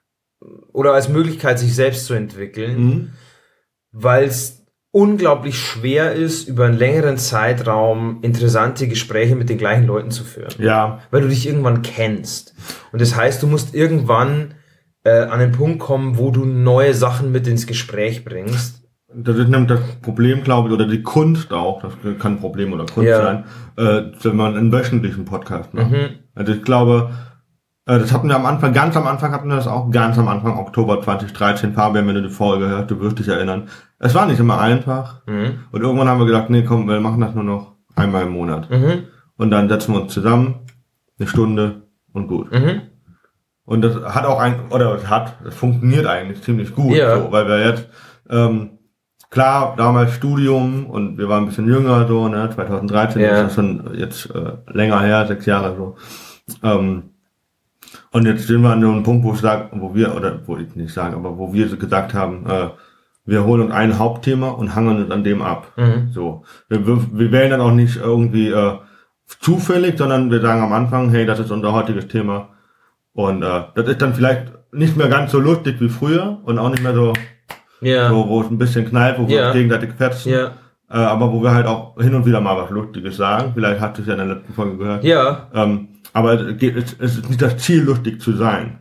oder als Möglichkeit, sich selbst zu entwickeln, Mhm. weil es unglaublich schwer ist, über einen längeren Zeitraum interessante Gespräche mit den gleichen Leuten zu führen. Ja, Weil du dich irgendwann kennst. Und das heißt, du musst irgendwann äh, an den Punkt kommen, wo du neue Sachen mit ins Gespräch bringst. das ist nämlich das Problem, glaube ich, oder die Kunst auch, das kann Problem oder Kunst Ja. sein, äh, wenn man einen wöchentlichen Podcast macht. Mhm. Also ich glaube, äh, das hatten wir am Anfang, ganz am Anfang hatten wir das auch, ganz am Anfang, Oktober zwanzig dreizehn, Fabian, wenn du die Folge hörst, du wirst dich erinnern. Es war nicht immer einfach. Mhm. Und irgendwann haben wir gedacht, nee, komm, wir machen das nur noch einmal im Monat. Mhm. Und dann setzen wir uns zusammen, eine Stunde und gut. Mhm. Und das hat auch ein, oder es hat, es funktioniert eigentlich ziemlich gut, Ja. so, weil wir jetzt, ähm, klar, damals Studium und wir waren ein bisschen jünger, so, ne, zwanzig dreizehn, Ja. das ist schon jetzt äh, länger her, sechs Jahre so. Ähm, und jetzt sind wir an so einem Punkt, wo ich sage, wo wir, oder wo ich nicht sagen, aber wo wir gesagt haben, äh, wir holen uns ein Hauptthema und hangen uns an dem ab. Mhm. So. Wir, wir, wir wählen dann auch nicht irgendwie äh, zufällig, sondern wir sagen am Anfang, hey, das ist unser heutiges Thema. Und äh, das ist dann vielleicht nicht mehr ganz so lustig wie früher und auch nicht mehr so, Ja. so wo es ein bisschen knallt, wo wir Ja. uns gegenseitig fetzen. Ja. Äh, aber wo wir halt auch hin und wieder mal was Lustiges sagen. Vielleicht hast du es ja in der letzten Folge gehört. Ja. Ähm, aber es, geht, es, es ist nicht das Ziel, lustig zu sein.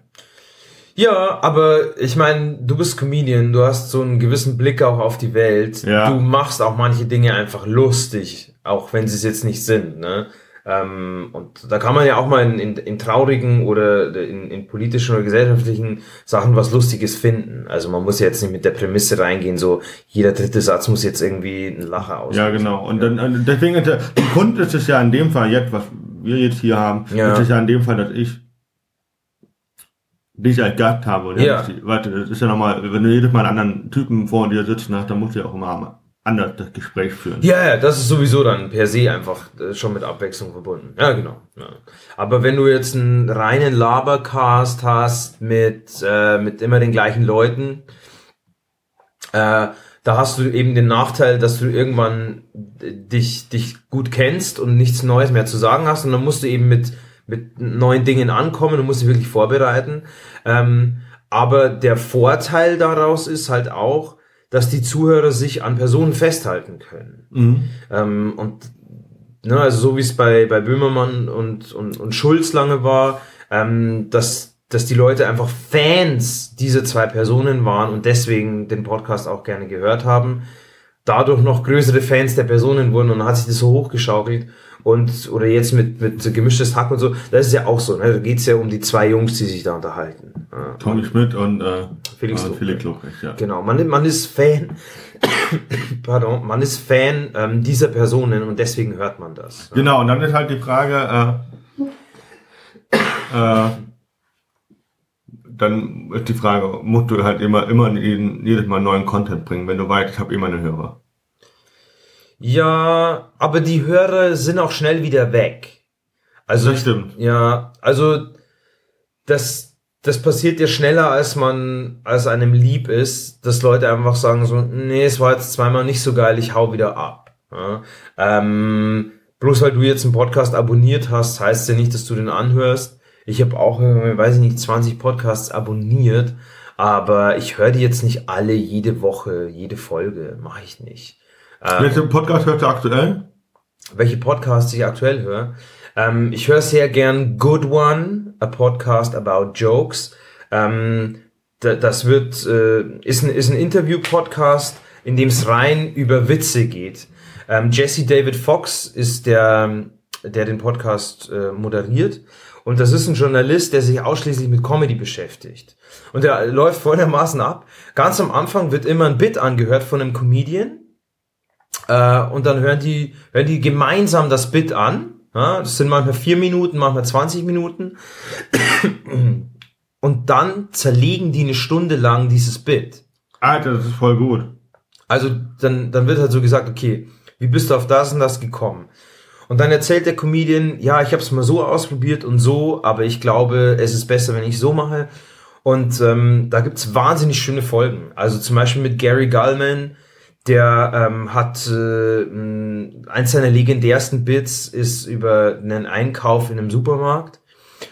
Ja, aber ich meine, du bist Comedian, du hast so einen gewissen Blick auch auf die Welt. Ja. Du machst auch manche Dinge einfach lustig, auch wenn sie es jetzt nicht sind, ne? Ähm, und da kann man ja auch mal in, in, in traurigen oder in, in politischen oder gesellschaftlichen Sachen was Lustiges finden. Also man muss ja jetzt nicht mit der Prämisse reingehen, so jeder dritte Satz muss jetzt irgendwie ein Lacher auslösen. Ja, genau. Und dann, und deswegen, ist der, die Kunst ist es ja in dem Fall jetzt, was wir jetzt hier haben, Ja. ist es ja in dem Fall, dass ich dich als Gast habe. Und Ja. nicht die- warte, das ist ja nochmal, wenn du jedes Mal einen anderen Typen vor dir sitzen hast, dann musst du ja auch immer anders das Gespräch führen. Ja, ja, das ist sowieso dann per se einfach äh, schon mit Abwechslung verbunden. Ja, genau. Ja. Aber wenn du jetzt einen reinen Labercast hast mit, äh, mit immer den gleichen Leuten, äh, da hast du eben den Nachteil, dass du irgendwann äh, dich, dich gut kennst und nichts Neues mehr zu sagen hast und dann musst du eben mit, mit neuen Dingen ankommen und musst dich wirklich vorbereiten. Ähm, aber der Vorteil daraus ist halt auch, dass die Zuhörer sich an Personen festhalten können. Mhm. Ähm, und ne, also so wie es bei, bei Böhmermann und, und, und Schulz lange war, ähm, dass, dass die Leute einfach Fans dieser zwei Personen waren und deswegen den Podcast auch gerne gehört haben, dadurch noch größere Fans der Personen wurden und dann hat sich das so hochgeschaukelt. Und, oder jetzt mit, mit gemischtes Hack und so, das ist ja auch so, ne? Da geht's ja um die zwei Jungs, die sich da unterhalten. Tommy Schmidt und, äh, Felix und Felix Lobrecht, ja. Genau, man, man ist Fan, pardon, man ist Fan ähm, dieser Personen und deswegen hört man das. Genau, und dann ist halt die Frage, äh, äh, dann ist die Frage, musst du halt immer, immer jeden, jedes Mal neuen Content bringen, wenn du weißt, ich habe immer einen Hörer. Ja, aber die Hörer sind auch schnell wieder weg. Also, das stimmt. Ja, also, das, das passiert ja schneller, als man, als einem lieb ist, dass Leute einfach sagen so, nee, es war jetzt zweimal nicht so geil, ich hau wieder ab. Ja, ähm, bloß weil du jetzt einen Podcast abonniert hast, heißt ja nicht, dass du den anhörst. Ich habe auch, weiß ich nicht, zwanzig Podcasts abonniert, aber ich höre die jetzt nicht alle jede Woche, jede Folge, mache ich nicht. Ähm, Welchen Podcast hörst du aktuell? Welche Podcasts ich aktuell höre? Ähm, ich höre sehr gern Good One, a Podcast about jokes. Ähm, d- das wird äh, ist ein ist ein Interview-Podcast, in dem es rein über Witze geht. Ähm, Jesse David Fox ist der der den Podcast äh, moderiert und das ist ein Journalist, der sich ausschließlich mit Comedy beschäftigt. Und der läuft folgendermaßen ab: Ganz am Anfang wird immer ein Bit angehört von einem Comedian. Uh, und dann hören die, hören die gemeinsam das Bit an. Ja, das sind manchmal vier Minuten, manchmal zwanzig Minuten. Und dann zerlegen die eine Stunde lang dieses Bit. Alter, das ist voll gut. Also dann, dann wird halt so gesagt, okay, wie bist du auf das und das gekommen? Und dann erzählt der Comedian, ja, ich habe es mal so ausprobiert und so, aber ich glaube, es ist besser, wenn ich so mache. Und ähm, da gibt's wahnsinnig schöne Folgen. Also zum Beispiel mit Gary Gulman. Der ähm, hat äh, eins seiner legendärsten Bits ist über einen Einkauf in einem Supermarkt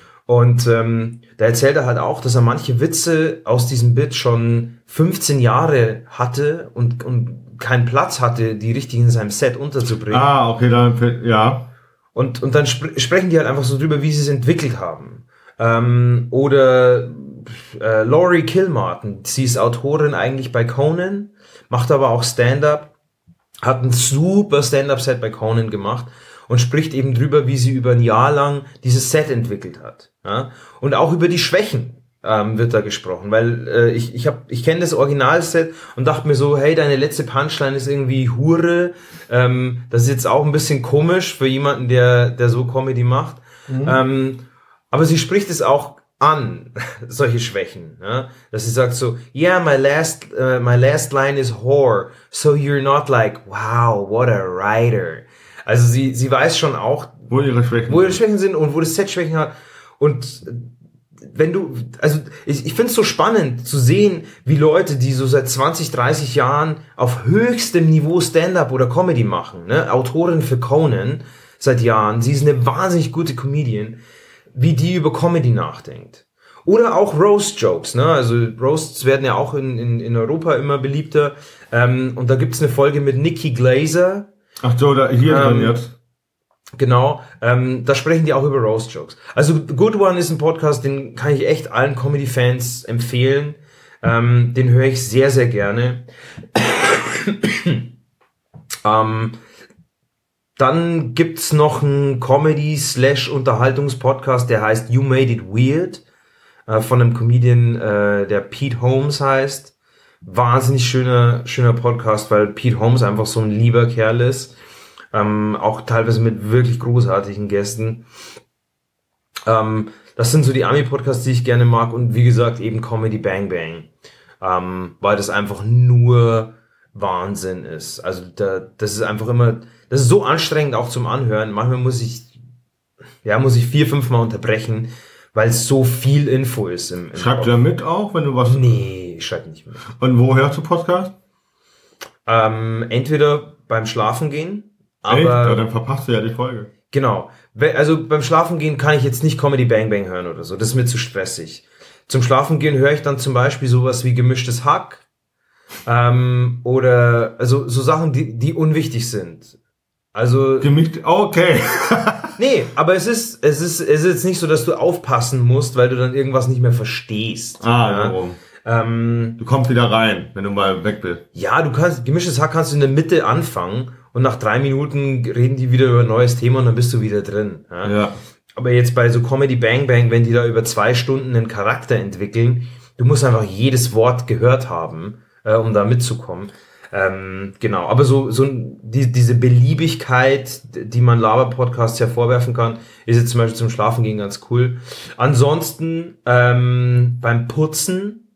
und ähm, da erzählt er halt auch, dass er manche Witze aus diesem Bit schon fünfzehn Jahre hatte und und keinen Platz hatte, die richtig in seinem Set unterzubringen. Ah, okay, dann ja. Und und dann sp- sprechen die halt einfach so drüber, wie sie es entwickelt haben. Ähm, oder äh, Laurie Kilmartin, sie ist Autorin eigentlich bei Conan. Macht aber auch Stand-up, hat ein super Stand-up-Set bei Conan gemacht und spricht eben drüber, wie sie über ein Jahr lang dieses Set entwickelt hat. Ja? Und auch über die Schwächen ähm, wird da gesprochen, weil äh, ich ich habe ich kenne das Originalset und dachte mir so, hey, deine letzte Punchline ist irgendwie Hure. Ähm, das ist jetzt auch ein bisschen komisch für jemanden, der der so Comedy macht. Mhm. Ähm, aber sie spricht es auch an, solche Schwächen, ja? Dass sie sagt so, yeah, my last, uh, my last line is whore, so you're not like, wow, what a writer. Also sie, sie weiß schon auch, wo ihre Schwächen, wo ihre Schwächen sind und wo das Set Schwächen hat. Und wenn du, also ich, ich finde es so spannend zu sehen, wie Leute, die so seit zwanzig, dreißig Jahren auf höchstem Niveau Stand-up oder Comedy machen, ne, Autorin für Conan seit Jahren, sie ist eine wahnsinnig gute Comedian, wie die über Comedy nachdenkt. Oder auch Roast-Jokes, ne? Also Roasts werden ja auch in, in, in Europa immer beliebter. Ähm, und da gibt's eine Folge mit Nikki Glaser. Ach so, da hier ähm, drin jetzt. Genau, ähm, da sprechen die auch über Roast-Jokes. Also Good One ist ein Podcast, den kann ich echt allen Comedy-Fans empfehlen. Ähm, den höre ich sehr, sehr gerne. ähm, Dann gibt's noch einen Comedy-slash-Unterhaltungs-Podcast, der heißt You Made It Weird, äh, von einem Comedian, äh, der Pete Holmes heißt. Wahnsinnig schöner, schöner Podcast, weil Pete Holmes einfach so ein lieber Kerl ist. Ähm, auch teilweise mit wirklich großartigen Gästen. Ähm, das sind so die Ami-Podcasts, die ich gerne mag. Und wie gesagt, eben Comedy Bang Bang. Ähm, weil das einfach nur Wahnsinn ist. Also da, das ist einfach immer, das ist so anstrengend auch zum Anhören. Manchmal muss ich, ja, muss ich vier, fünf Mal unterbrechen, weil es so viel Info ist. Im, im Schreibt ihr mit auch, wenn du was... Nee, ich schreibe nicht mit. Und wo hörst du Podcast? Ähm, entweder beim Schlafen gehen, aber... Echt? Ja, dann verpasst du ja die Folge. Genau. Also beim Schlafen gehen kann ich jetzt nicht Comedy Bang Bang hören oder so. Das ist mir zu stressig. Zum Schlafen gehen höre ich dann zum Beispiel sowas wie Gemischtes Hack. Ähm, oder also so Sachen, die die unwichtig sind. Also Gemischt, okay. nee, aber es ist es ist es ist jetzt nicht so, dass du aufpassen musst, weil du dann irgendwas nicht mehr verstehst. Ah, ja? warum? Ähm, Du kommst wieder rein, wenn du mal weg bist. ja, du kannst gemischtes Hack kannst du in der Mitte anfangen und nach drei Minuten reden die wieder über ein neues Thema und dann bist du wieder drin. Ja? Ja. Aber jetzt bei so Comedy Bang Bang, wenn die da über zwei Stunden einen Charakter entwickeln, du musst einfach jedes Wort gehört haben, äh, um da mitzukommen. Ähm, genau, aber so so die, diese Beliebigkeit, die man Laber-Podcasts ja vorwerfen kann, ist jetzt zum Beispiel zum Schlafen gehen ganz cool. Ansonsten ähm, beim Putzen,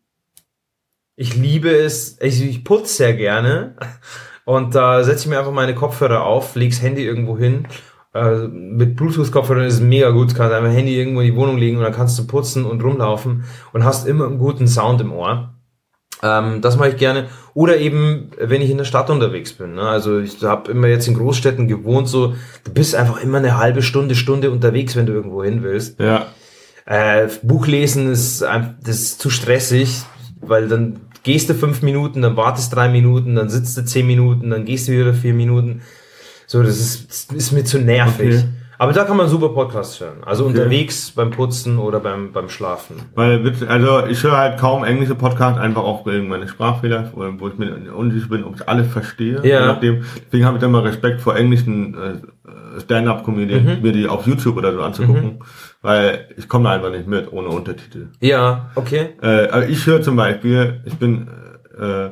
ich liebe es, ich, ich putze sehr gerne und da setze ich mir einfach meine Kopfhörer auf, leg's Handy irgendwo hin. Äh, mit Bluetooth-Kopfhörern ist es mega gut, du kannst einfach Handy irgendwo in die Wohnung legen und dann kannst du putzen und rumlaufen und hast immer einen guten Sound im Ohr. Ähm, das mache ich gerne. Oder eben, wenn ich in der Stadt unterwegs bin. Ne? Also ich habe immer jetzt in Großstädten gewohnt, so du bist einfach immer eine halbe Stunde, Stunde unterwegs, wenn du irgendwo hin willst. Ja. Äh, Buch lesen ist, ein- das ist zu stressig, weil dann gehst du fünf Minuten, dann wartest drei Minuten, dann sitzt du zehn Minuten, dann gehst du wieder vier Minuten. So, das ist, das ist mir zu nervig. Okay. Aber da kann man super Podcasts hören. Also Okay. unterwegs, beim Putzen oder beim, beim Schlafen. Weil, witz- also ich höre halt kaum englische Podcasts, einfach auch wegen meiner Sprachfehler, wo wo ich mir unsicher bin, ob ich alles verstehe. Ja. Je nachdem. Deswegen habe ich dann mal Respekt vor englischen äh, Stand-up-Comedien, Mhm. mir die auf YouTube oder so anzugucken, weil ich komme da einfach nicht mit ohne Untertitel. Ja, okay. Äh, aber ich höre zum Beispiel, ich bin, äh,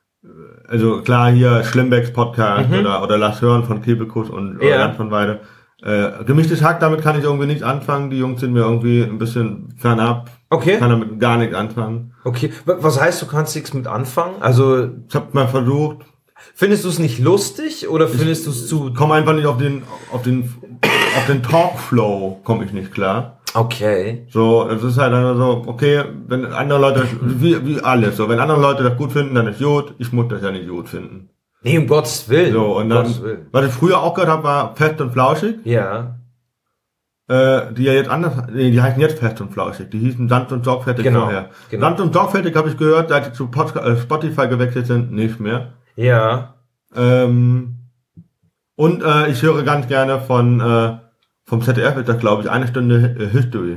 also klar hier Schlimmbecks Podcast Mhm. oder oder Lass hören von Kebekus und Ja. Jan von Weide. Äh, gemischtes Hack, damit kann ich irgendwie nichts anfangen. Die Jungs sind mir irgendwie ein bisschen fernab. Okay. Ich kann damit gar nichts anfangen. Okay, wa- was heißt, du kannst nichts mit anfangen? Also, Ich habe mal versucht, findest du es nicht lustig oder findest du es zu... komme einfach nicht auf den auf den auf den Talkflow komme ich nicht klar. Okay. So, es ist halt einfach so, okay, wenn andere Leute, wie, wie alles, so, wenn andere Leute das gut finden, dann ist gut, ich muss das ja nicht gut finden. Nee, um Gottes Willen. So, und um dann, Gottes Willen. was ich früher auch gehört habe, war Fest und Flauschig, Ja, äh, die ja jetzt anders, nee, die heißen jetzt Fest und Flauschig, die hießen Sanft und Sorgfältig Genau, vorher. genau. Sanft und Sorgfältig habe ich gehört, seit die zu Podca- äh, Spotify gewechselt sind, nicht mehr. ja. Ähm, und äh, ich höre ganz gerne von, äh, vom Z D F ist das, glaube ich, eine Stunde äh, History.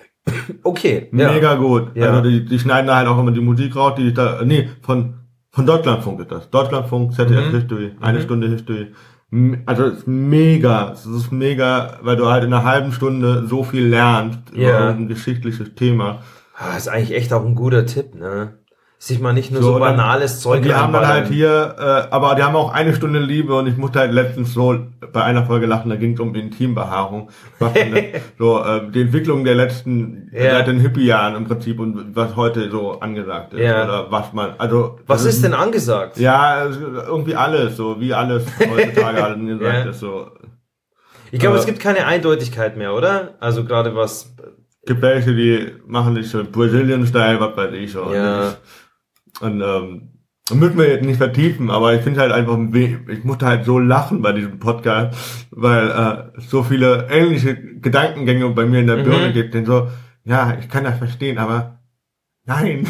Okay. Ja. Mega gut. Ja. Also die, die schneiden da halt auch immer die Musik raus, die ich da, nee, von, von Deutschlandfunk ist das. Deutschlandfunk, Z D F Mhm. History, eine Mhm. Stunde History. M- Also es ist mega, es ist mega, weil du halt in einer halben Stunde so viel lernst Ja. über ein geschichtliches Thema. Ah, ist eigentlich echt auch ein guter Tipp, ne? Sich mal nicht nur so, So, und dann- banales Zeug Und die haben dann reinballern. halt hier, äh, aber die haben auch eine Stunde Liebe und ich musste halt letztens so bei einer Folge lachen, da ging es um Intimbehaarung. Was dann, so äh, die Entwicklung der letzten, Ja. seit den Hippie-Jahren im Prinzip und was heute so angesagt ist. Ja. Oder was man, also. Was das ist denn angesagt? Ja, es ist irgendwie alles, so wie alles heutzutage halt angesagt Ja. ist. So. Ich glaube, Äh, es gibt keine Eindeutigkeit mehr, oder? Also gerade was... Gibt welche, die machen sich so Brazilian-Style, was weiß ich. So. Ja. Und ähm, müssen wir jetzt nicht vertiefen, aber ich finde halt einfach, we- ich musste halt so lachen bei diesem Podcast, weil äh, so viele ähnliche Gedankengänge bei mir in der Mhm. Birne gibt, denn so, ja, ich kann das verstehen, aber nein.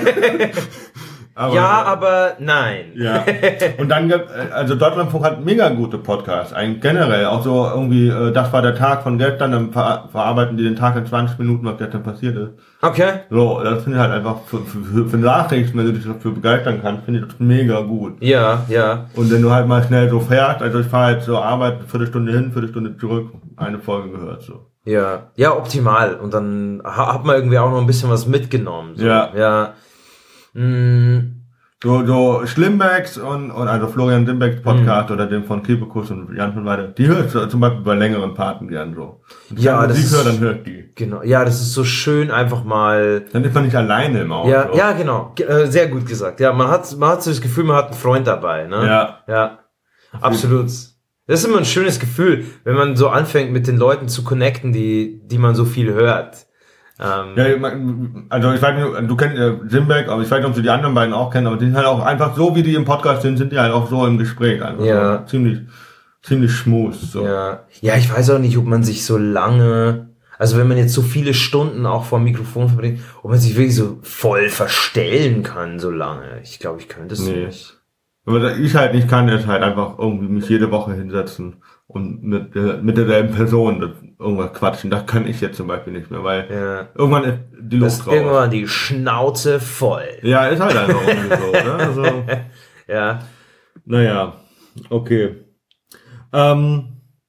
aber, ja, aber nein. ja. Und dann, gibt- also Deutschlandfunk hat mega gute Podcasts, eigentlich generell, auch so irgendwie, äh, das war der Tag von gestern, dann ver verarbeiten die den Tag in zwanzig Minuten, was gestern passiert ist. Okay. So, das finde ich halt einfach für, für, für Nachrichten, wenn du dich dafür begeistern kannst, finde ich das mega gut. Ja, ja. Und wenn du halt mal schnell so fährst, also ich fahre halt zur Arbeit, eine Viertelstunde hin, Viertelstunde zurück, eine Folge gehört, so. Ja, ja, optimal. Und dann ha- hat man irgendwie auch noch ein bisschen was mitgenommen. So. Ja. Ja. Mm, So, so Schlimmbecks und, und also Florian Simbecks Podcast oder den von Kebekus und Jan von Weide, die höre ich zum Beispiel bei längeren Fahrten gern so. Und Ja, wenn ich das Musik ist- höre, dann höre ich die. genau. Ja, das ist so schön, einfach mal. Dann ist man nicht alleine im Auto. Ja, ja, genau. Ge- äh, Sehr gut gesagt. Ja, man hat, man hat so das Gefühl, man hat einen Freund dabei. Ne? Ja. Ja. Absolut. Das ist immer ein schönes Gefühl, wenn man so anfängt, mit den Leuten zu connecten, die, die man so viel hört. Ähm, Ja, ich mein, also ich weiß nicht, du kennst äh, Simbeck, aber ich weiß nicht, ob du die anderen beiden auch kennen, aber die sind halt auch einfach so, wie die im Podcast sind, sind die halt auch so im Gespräch. Einfach Ja. so ziemlich, ziemlich schmooth. So. Ja. Ja, ich weiß auch nicht, ob man sich so lange, also wenn man jetzt so viele Stunden auch vor dem Mikrofon verbringt, ob man sich wirklich so voll verstellen kann so lange. Ich glaube, ich könnte es Nee. nicht. Aber was ich halt nicht kann, ist halt einfach irgendwie mich jede Woche hinsetzen und mit, äh, mit derselben Person das, irgendwas quatschen. Das kann ich jetzt zum Beispiel nicht mehr, weil Ja. irgendwann ist die Luft Ist raus. irgendwann die Schnauze voll. Ja, ist halt einfach irgendwie so, ne? Also, Ja. naja, okay. Ähm,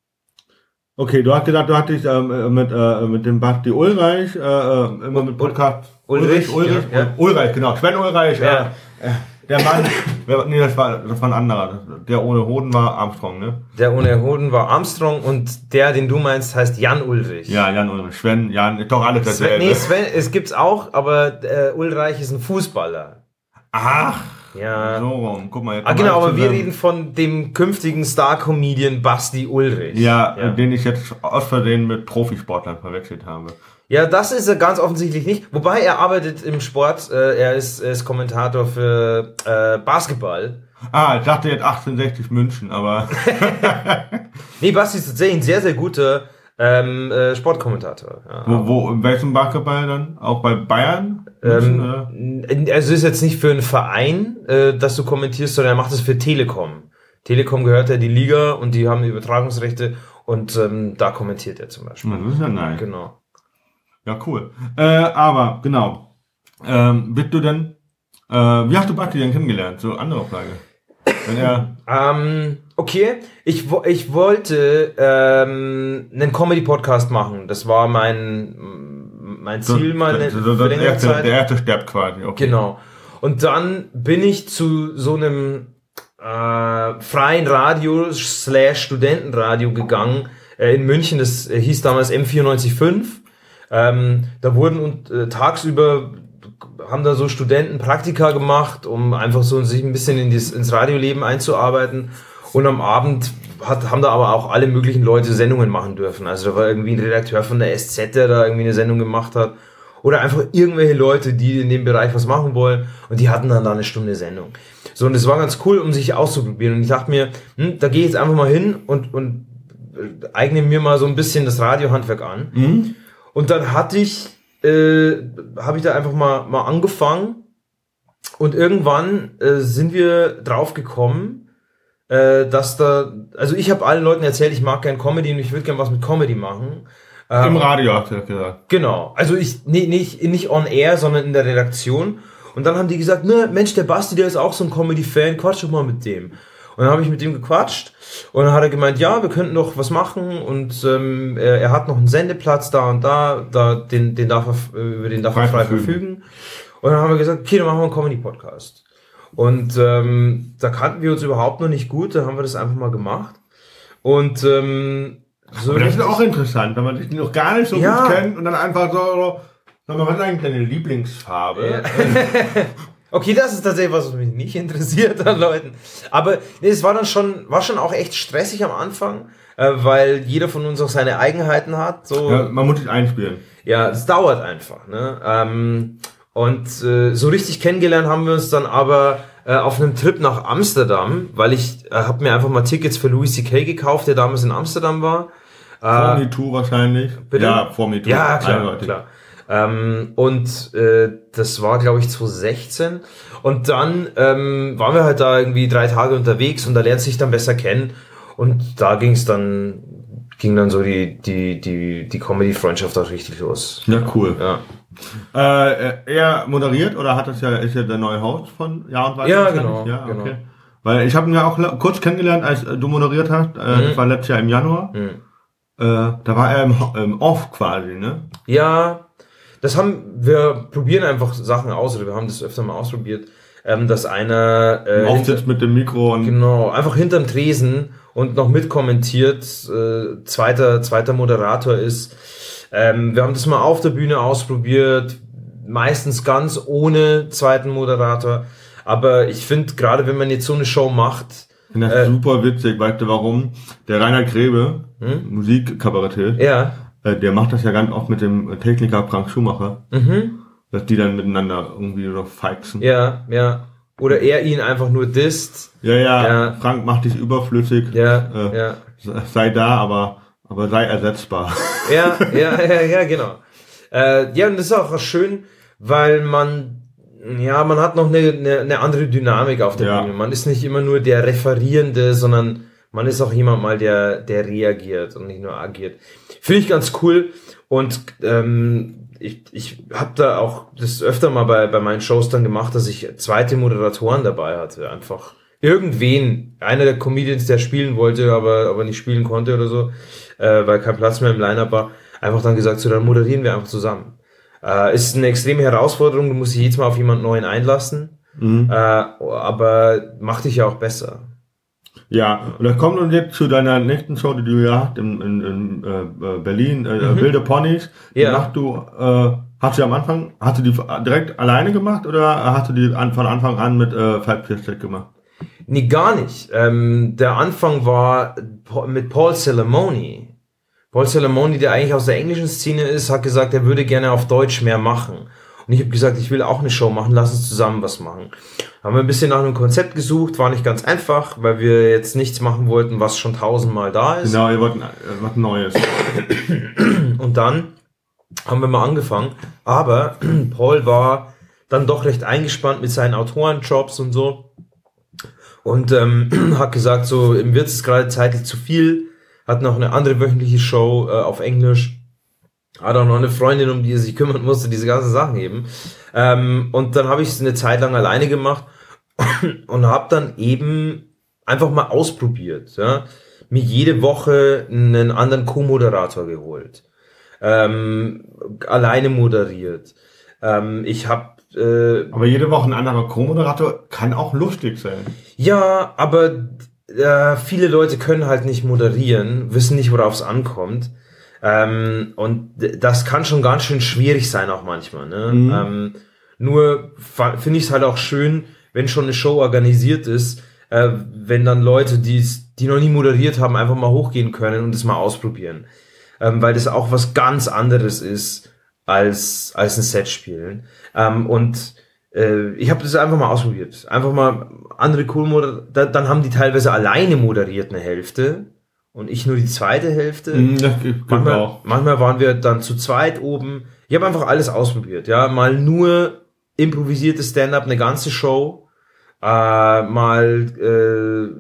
okay, du hast gesagt, du hattest ähm, mit, äh, mit dem Basti Ulreich, äh, äh, immer mit Podcast. Ulrich, Ulrich, ja, ja. Ulreich, genau. Sven Ulreich, Ja. äh, der Mann, wer, nee, das war, das war ein anderer. Der ohne Hoden war Armstrong, ne? Der ohne Hoden war Armstrong und der, den du meinst, heißt Jan Ulrich. Ja, Jan Ulrich. Sven, Jan, ist doch alles Sven, dasselbe. nee, Sven, es gibt's auch, aber äh, Ulreich ist ein Fußballer. Ach, Ja. so rum. Guck mal, jetzt Ah, kommen genau, wir aber wir zusammen. reden von dem künftigen Star-Comedian Basti Ulrich. Ja, ja. den ich jetzt aus Versehen mit Profisportlern verwechselt habe. Ja, das ist er ganz offensichtlich nicht. Wobei er arbeitet im Sport. Äh, er ist, er ist Kommentator für äh, Basketball. Ah, ich dachte jetzt achtzehnhundertsechzig München, aber Nee, Basti ist tatsächlich ein sehr, sehr guter ähm, äh, Sportkommentator. Ja. wo, wo, in welchem Basketball dann? Auch bei Bayern? München, oder? Ähm, also ist jetzt nicht für einen Verein, äh, dass du kommentierst, sondern er macht es für Telekom. Telekom gehört ja die Liga und die haben die Übertragungsrechte und ähm, da kommentiert er zum Beispiel. Das ist ja nice. Genau. Ja, cool. Äh, aber, genau. Ähm, bist du denn, äh, wie hast du Basti denn kennengelernt? So, andere Frage. Wenn er, Ähm, okay, ich, wo- ich wollte ähm, einen Comedy-Podcast machen. Das war mein, mein Ziel mal eine, so, so, für das längere erste, Zeit. der erste stirbt quasi. Okay. Genau. Und dann bin ich zu so einem äh, freien Radio slash Studentenradio gegangen äh, in München. Das äh, hieß damals M vierundneunzig Komma fünf. Ähm, da wurden und, äh, tagsüber haben da so Studenten Praktika gemacht, um einfach so sich ein bisschen in das, ins Radioleben einzuarbeiten. Und am Abend hat, haben da aber auch alle möglichen Leute Sendungen machen dürfen. Also da war irgendwie ein Redakteur von der S Z, der da irgendwie eine Sendung gemacht hat. Oder einfach irgendwelche Leute, die in dem Bereich was machen wollen. Und die hatten dann da eine Stunde Sendung. So, und das war ganz cool, um sich auszuprobieren. Und ich dachte mir, hm, da gehe ich jetzt einfach mal hin und, und eigne mir mal so ein bisschen das Radiohandwerk an. Mhm. Und dann hatte ich, äh, habe ich da einfach mal, mal angefangen. Und irgendwann äh, sind wir drauf gekommen, äh, dass da, also ich habe allen Leuten erzählt, ich mag gern Comedy und ich würde gern was mit Comedy machen. Im Ähm, Radio hast du das gesagt. Genau. Also ich, nee, nicht, nicht on air, sondern in der Redaktion. Und dann haben die gesagt, ne, Mensch, der Basti, der ist auch so ein Comedy-Fan, quatsch doch mal mit dem. Und dann habe ich mit dem gequatscht und dann hat er gemeint, ja, wir könnten doch was machen und ähm, er, er hat noch einen Sendeplatz da und da, da den, den darf er, über den darf er frei verfügen. Und dann haben wir gesagt, okay, dann machen wir einen Comedy-Podcast. Und ähm, da kannten wir uns überhaupt noch nicht gut, da haben wir das einfach mal gemacht. Und ähm, so Aber das ist richtig- auch interessant, wenn man sich noch gar nicht so Ja. gut kennt und dann einfach so, so sag mal, was ist eigentlich deine Lieblingsfarbe? Ja. Okay, das ist tatsächlich was, was mich nicht interessiert an Leuten. Aber nee, es war dann schon, war schon auch echt stressig am Anfang, äh, weil jeder von uns auch seine Eigenheiten hat. So, Ja, ja, man muss sich einspielen. es dauert einfach. Ne? Ähm, und äh, so richtig kennengelernt haben wir uns dann aber äh, auf einem Trip nach Amsterdam, weil ich äh, habe mir einfach mal Tickets für Louis C K gekauft, der damals in Amsterdam war. Vor Äh, MeToo wahrscheinlich. bitte? Ja, vor MeToo. Ja, klar, Eindeutig. klar. Ähm, und äh, das war, glaube ich, zwanzig sechzehn. Und dann ähm, waren wir halt da irgendwie drei Tage unterwegs und da lernt sich dann besser kennen. Und da ging es dann, ging dann so die die die die Comedy-Freundschaft auch richtig los. Ja, cool. Ja, Äh, er moderiert oder hat das ja, ist ja der neue Host von Ja und Weiter? Ja, wahrscheinlich? genau, Ja, okay. genau. Weil ich habe ihn ja auch la- kurz kennengelernt, als äh, du moderiert hast. Äh, Mhm. Das war letztes Jahr im Januar. Mhm. Äh, da war er im, Ho- im Off quasi, ne? ja, das haben wir probieren einfach Sachen aus oder wir haben das öfter mal ausprobiert, ähm, dass einer äh, Im Off hinter- sitzt mit dem Mikro und Genau, einfach hinterm Tresen und noch mitkommentiert, äh, zweiter, zweiter Moderator ist. Ähm, wir haben das mal auf der Bühne ausprobiert, meistens ganz ohne zweiten Moderator. Aber ich finde, gerade wenn man jetzt so eine Show macht, ich finde das äh, super witzig, weißt du warum? Der Rainer Grebe, Hm? Musikkabarettist, ja, äh, der macht das ja ganz oft mit dem Techniker Frank Schumacher, mhm, dass die dann miteinander irgendwie so feixen. ja, ja. Oder er ihn einfach nur disst. Ja, ja, Ja. Frank macht dich überflüssig. Ja, Äh, ja. Sei da, aber, aber sei ersetzbar. Ja, ja, ja, ja, genau. Äh, ja, und das ist auch schön, weil man, ja, man hat noch eine, eine, eine andere Dynamik auf der Ja. Bühne. Man ist nicht immer nur der Referierende, sondern man ist auch jemand mal, der der reagiert und nicht nur agiert. Finde ich ganz cool und ähm, ich ich habe da auch das öfter mal bei bei meinen Shows dann gemacht, dass ich zweite Moderatoren dabei hatte, einfach irgendwen, einer der Comedians, der spielen wollte, aber aber nicht spielen konnte oder so, äh, weil kein Platz mehr im Line-Up war, einfach dann gesagt, so dann moderieren wir einfach zusammen. Äh, ist eine extreme Herausforderung, du musst dich jedes Mal auf jemanden Neuen einlassen, mhm. äh, aber macht dich ja auch besser. Ja, und das kommt uns jetzt zu deiner nächsten Show, die du ja hast in, in, in äh, Berlin, äh, mhm. Wilde Ponys. Die ja. Machst du, äh, hast du am Anfang, hast du die direkt alleine gemacht oder hast du die an, von Anfang an mit äh, Falk Pircek gemacht? Nee, gar nicht. Ähm, der Anfang war mit Paul Salamoni. Paul Salamoni, der eigentlich aus der englischen Szene ist, hat gesagt, er würde gerne auf Deutsch mehr machen. Und ich habe gesagt, ich will auch eine Show machen, lass uns zusammen was machen. Haben wir ein bisschen nach einem Konzept gesucht, war nicht ganz einfach, weil wir jetzt nichts machen wollten, was schon tausendmal da ist. Genau, ihr wollten was Neues. Und dann haben wir mal angefangen, aber Paul war dann doch recht eingespannt mit seinen Autorenjobs und so und ähm, hat gesagt, so ihm wird es gerade zeitlich zu viel, hat noch eine andere wöchentliche Show äh, auf Englisch, hat auch noch eine Freundin, um die er sich kümmern musste, diese ganzen Sachen eben. Ähm, und dann habe ich es eine Zeit lang alleine gemacht und habe dann eben einfach mal ausprobiert, ja, mir jede Woche einen anderen Co-Moderator geholt, ähm, alleine moderiert. Ähm, ich habe äh, aber jede Woche ein anderer Co-Moderator kann auch lustig sein. Ja, aber äh, viele Leute können halt nicht moderieren, wissen nicht, worauf es ankommt. Ähm, und das kann schon ganz schön schwierig sein auch manchmal. Ne? Mhm. Ähm, nur finde ich es halt auch schön, wenn schon eine Show organisiert ist, äh, wenn dann Leute, die die noch nie moderiert haben, einfach mal hochgehen können und das mal ausprobieren. Ähm, weil das auch was ganz anderes ist als als ein Set spielen. Ähm, und äh, ich habe das einfach mal ausprobiert. Einfach mal andere cool moderiert. Da, dann haben die teilweise alleine moderiert eine Hälfte. Und ich nur die zweite Hälfte. Mm, das gibt manchmal, auch. manchmal waren wir dann zu zweit oben. Ich habe einfach alles ausprobiert. Ja, mal nur improvisiertes Stand-up, eine ganze Show. Äh, mal äh,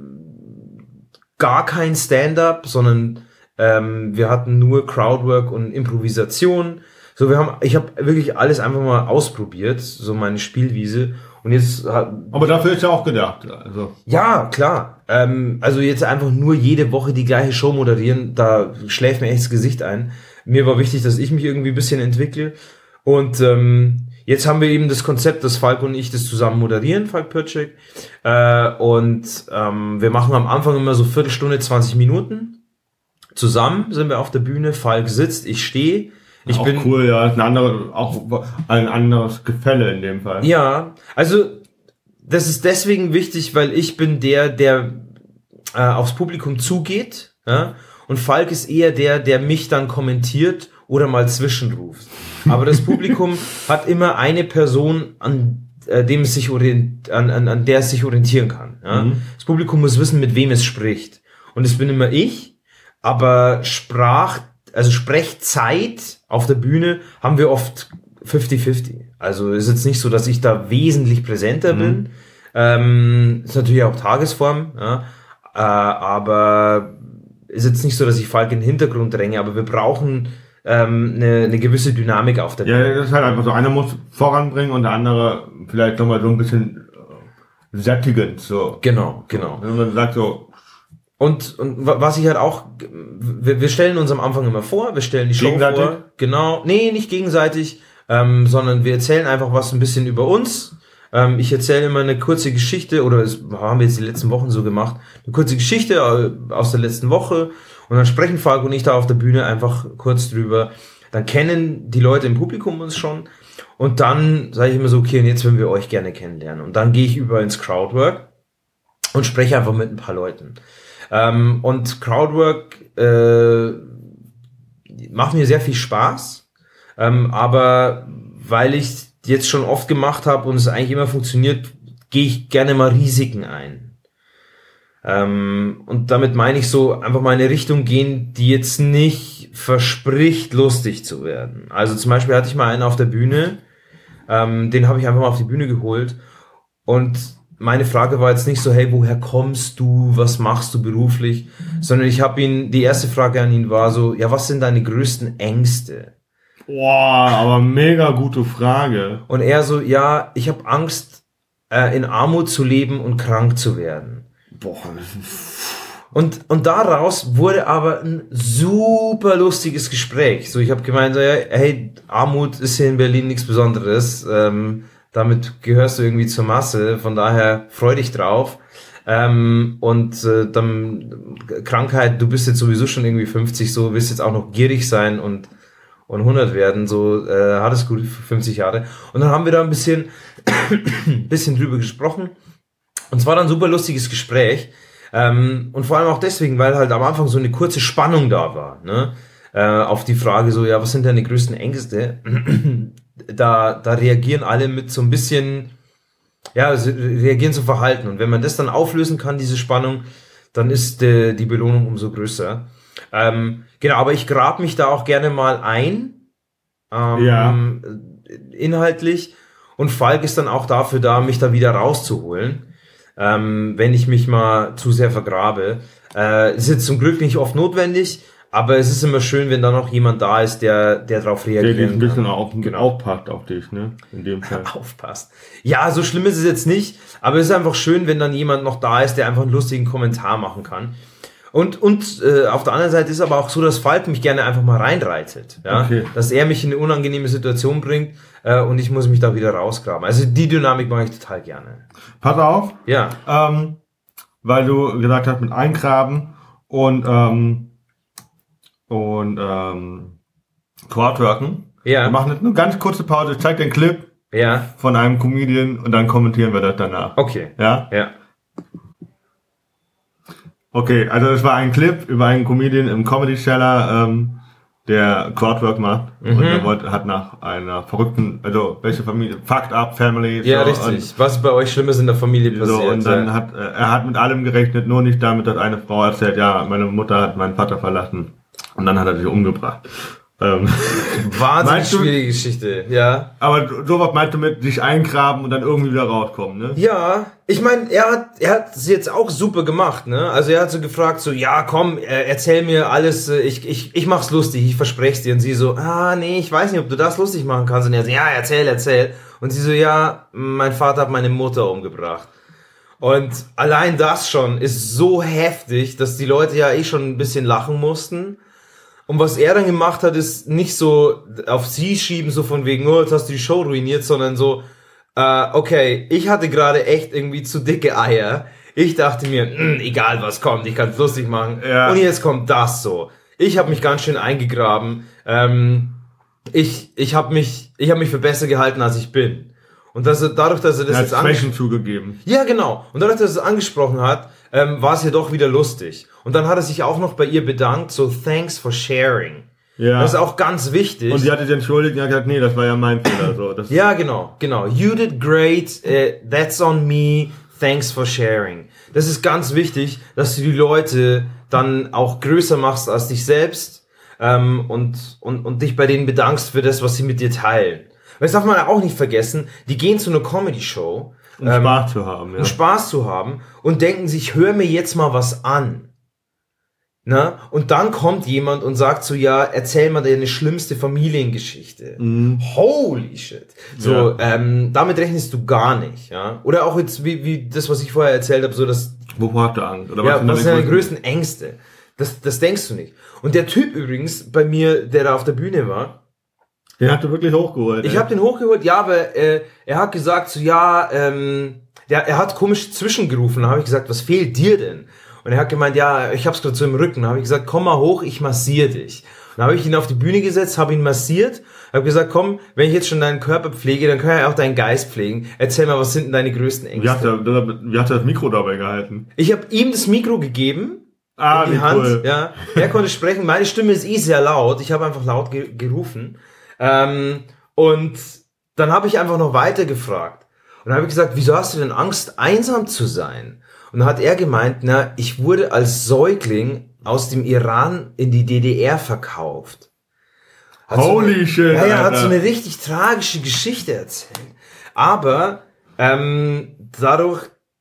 gar kein Stand-up, sondern ähm, wir hatten nur Crowdwork und Improvisation. So, wir haben, ich habe wirklich alles einfach mal ausprobiert, so meine Spielwiese. Und jetzt, aber dafür ist ja auch gedacht. Also. Ja, klar. Ähm, also jetzt einfach nur jede Woche die gleiche Show moderieren, da schläft mir echt das Gesicht ein. Mir war wichtig, dass ich mich irgendwie ein bisschen entwickle. Und ähm, jetzt haben wir eben das Konzept, dass Falk und ich das zusammen moderieren, Falk Pircek. Äh, und ähm, wir machen am Anfang immer so Viertelstunde, zwanzig Minuten. Zusammen sind wir auf der Bühne, Falk sitzt, ich stehe. Ich auch bin cool, ja, ein anderes, auch ein anderes Gefälle in dem Fall. Ja, also das ist deswegen wichtig, weil ich bin der, der äh, aufs Publikum zugeht, ja, und Falk ist eher der, der mich dann kommentiert oder mal zwischenruft. Aber das Publikum hat immer eine Person, an äh, dem es sich orient, an, an, an der es sich orientieren kann. Ja. Mhm. Das Publikum muss wissen, mit wem es spricht. Und es bin immer ich, aber Sprach Also Sprechzeit auf der Bühne haben wir oft fünfzig fünfzig. Also ist jetzt nicht so, dass ich da wesentlich präsenter mhm. bin. Ähm, ist natürlich auch Tagesform, ja. Äh, aber ist jetzt nicht so, dass ich Falk in den Hintergrund dränge, aber wir brauchen ähm, eine, eine gewisse Dynamik auf der Bühne. Ja, das ist halt einfach so. Einer muss voranbringen und der andere vielleicht nochmal so ein bisschen sättigend. So. Genau, genau. Wenn man sagt so, Und, und was ich halt auch, wir, wir stellen uns am Anfang immer vor, wir stellen die Show vor. Genau, nee, nicht gegenseitig, ähm, sondern wir erzählen einfach was ein bisschen über uns. Ähm, ich erzähle immer eine kurze Geschichte, oder das haben wir jetzt die letzten Wochen so gemacht, eine kurze Geschichte aus der letzten Woche, und dann sprechen Falk und ich da auf der Bühne einfach kurz drüber. Dann kennen die Leute im Publikum uns schon, und dann sage ich immer so, okay, und jetzt würden wir euch gerne kennenlernen. Und dann gehe ich über ins Crowdwork und spreche einfach mit ein paar Leuten. Ähm, und Crowdwork äh, macht mir sehr viel Spaß, ähm, aber weil ich jetzt schon oft gemacht habe und es eigentlich immer funktioniert, gehe ich gerne mal Risiken ein. Ähm, und damit meine ich so, einfach mal in eine Richtung gehen, die jetzt nicht verspricht, lustig zu werden. Also zum Beispiel hatte ich mal einen auf der Bühne, ähm, den habe ich einfach mal auf die Bühne geholt, und meine Frage war jetzt nicht so, hey, woher kommst du, was machst du beruflich, sondern ich habe ihn, die erste Frage an ihn war so, ja, was sind deine größten Ängste? Boah, aber mega gute Frage. Und er so, ja, ich habe Angst, äh, in Armut zu leben und krank zu werden. Boah. Und, und daraus wurde aber ein super lustiges Gespräch. So, ich habe gemeint, so, ja, hey, Armut ist hier in Berlin nichts Besonderes. Ähm, damit gehörst du irgendwie zur Masse. Von daher freu dich drauf. Ähm, und äh, dann Krankheit, du bist jetzt sowieso schon irgendwie fünfzig, so willst jetzt auch noch gierig sein und und hundert werden. So äh, hat es gut für fünfzig Jahre. Und dann haben wir da ein bisschen, bisschen drüber gesprochen. Und es war dann ein super lustiges Gespräch. Ähm, und vor allem auch deswegen, weil halt am Anfang so eine kurze Spannung da war, ne? Äh, auf die Frage so, ja, was sind deine größten Ängste? da, da reagieren alle mit so ein bisschen, ja, sie reagieren so verhalten. Und wenn man das dann auflösen kann, diese Spannung, dann ist äh, die Belohnung umso größer. Ähm, genau, aber ich grab mich da auch gerne mal ein, ähm, ja. inhaltlich. Und Falk ist dann auch dafür da, mich da wieder rauszuholen. Ähm, wenn ich mich mal zu sehr vergrabe. Äh, ist jetzt zum Glück nicht oft notwendig, aber es ist immer schön, wenn da noch jemand da ist, der der darauf reagieren der ein bisschen kann. Auch, genau. aufpasst auf dich, ne? In dem Fall. Aufpasst. Ja, so schlimm ist es jetzt nicht, aber es ist einfach schön, wenn dann jemand noch da ist, der einfach einen lustigen Kommentar machen kann. Und und äh, auf der anderen Seite ist aber auch so, dass Falk mich gerne einfach mal reinreitet, ja, okay. Dass er mich in eine unangenehme Situation bringt äh, und ich muss mich da wieder rausgraben. Also die Dynamik mache ich total gerne. Pass auf, ja, ähm, weil du gesagt hast mit Eingraben und ähm, und ähm, Quadworken. ja. Wir machen jetzt eine ganz kurze Pause. Ich zeig den Clip ja. von einem Comedian und dann kommentieren wir das danach. Okay. Ja. Ja. Okay, also es war ein Clip über einen Comedian im Comedy Cellar, ähm, der Crowdwork macht Mhm. und er wollte, hat nach einer verrückten, also welche Familie, Fucked Up Family. Ja, so, richtig. Was bei euch Schlimmes in der Familie und, passiert. so, und dann ja. hat äh, er hat mit allem gerechnet, nur nicht damit, dass eine Frau erzählt, ja, meine Mutter hat meinen Vater verlassen und dann hat er sich umgebracht. Ähm, Wahnsinnig meinst du- schwierige Geschichte, ja. Aber sowas meinst du mit sich eingraben und dann irgendwie wieder rauskommen, ne? Ja, ich meine, er hat er hat es jetzt auch super gemacht, ne? Also er hat so gefragt, so, ja, komm, äh, erzähl mir alles, äh, ich ich ich mach's lustig, ich versprech's dir. Und sie so, ah, nee, ich weiß nicht, ob du das lustig machen kannst. Und er so, ja, erzähl, erzähl. Und sie so, ja, mein Vater hat meine Mutter umgebracht. Und allein das schon ist so heftig, dass die Leute ja eh schon ein bisschen lachen mussten. Und was er dann gemacht hat, ist nicht so auf sie schieben, so von wegen, oh, jetzt hast du die Show ruiniert, sondern so, äh, okay, ich hatte gerade echt irgendwie zu dicke Eier. Ich dachte mir, mh, egal was kommt, ich kann es lustig machen. Ja. Und jetzt kommt das so. Ich habe mich ganz schön eingegraben. Ähm, ich ich habe mich ich habe mich für besser gehalten, als ich bin. Und dass er, dadurch, dass er das Er hat jetzt angesprochen Schwächen zugegeben. ja, genau. Und dadurch, dass er es angesprochen hat, ähm, war es ja doch wieder lustig. Und dann hat er sich auch noch bei ihr bedankt, so thanks for sharing. Ja. Das ist auch ganz wichtig. Und sie hat sich entschuldigt und hat gesagt, nee, das war ja mein Fehler. So, das ja, genau, genau. You did great, uh, that's on me, thanks for sharing. Das ist ganz wichtig, dass du die Leute dann auch größer machst als dich selbst ähm, und, und, und dich bei denen bedankst für das, was sie mit dir teilen. Weil das darf man auch nicht vergessen, die gehen zu einer Comedy-Show, um Spaß zu haben, ja. um Spaß zu haben und denken sich, hör mir jetzt mal was an. Na? Und dann kommt jemand und sagt so, ja, erzähl mal deine schlimmste Familiengeschichte. Mhm. Holy shit. So, Ja. ähm, damit rechnest du gar nicht, ja. Oder auch jetzt, wie, wie das, was ich vorher erzählt habe, so das, Wovor hast du Angst? Oder ja, sind was sind deine größten- größten Ängste? Das, das denkst du nicht. Und der Typ übrigens bei mir, der da auf der Bühne war, Den hast du wirklich hochgeholt. ich ey. habe den hochgeholt, ja, aber äh, er hat gesagt so, ja, ähm, der, er hat komisch zwischengerufen. Da habe ich gesagt, was fehlt dir denn? Und er hat gemeint, ja, ich hab's gerade so im Rücken. Da habe ich gesagt, komm mal hoch, ich massiere dich. Dann habe ich ihn auf die Bühne gesetzt, habe ihn massiert, habe gesagt, komm, wenn ich jetzt schon deinen Körper pflege, dann kann ich auch deinen Geist pflegen. Erzähl mal, was sind denn deine größten Wie hast, Ängste? du, wie hast du das Mikro dabei gehalten? Ich habe ihm das Mikro gegeben, Ah, in wie die Hand, cool. ja. Er konnte sprechen. Meine Stimme ist eh sehr laut. Ich habe einfach laut ge- gerufen. Ähm, und dann habe ich einfach noch weiter gefragt. Und dann habe ich gesagt, wieso hast du denn Angst, einsam zu sein? Und dann hat er gemeint, na, ich wurde als Säugling aus dem Iran in die D D R verkauft. Hat so Holy eine, shit, Ja, ja, hat Alter. so eine richtig tragische Geschichte erzählt. Aber ähm, dadurch,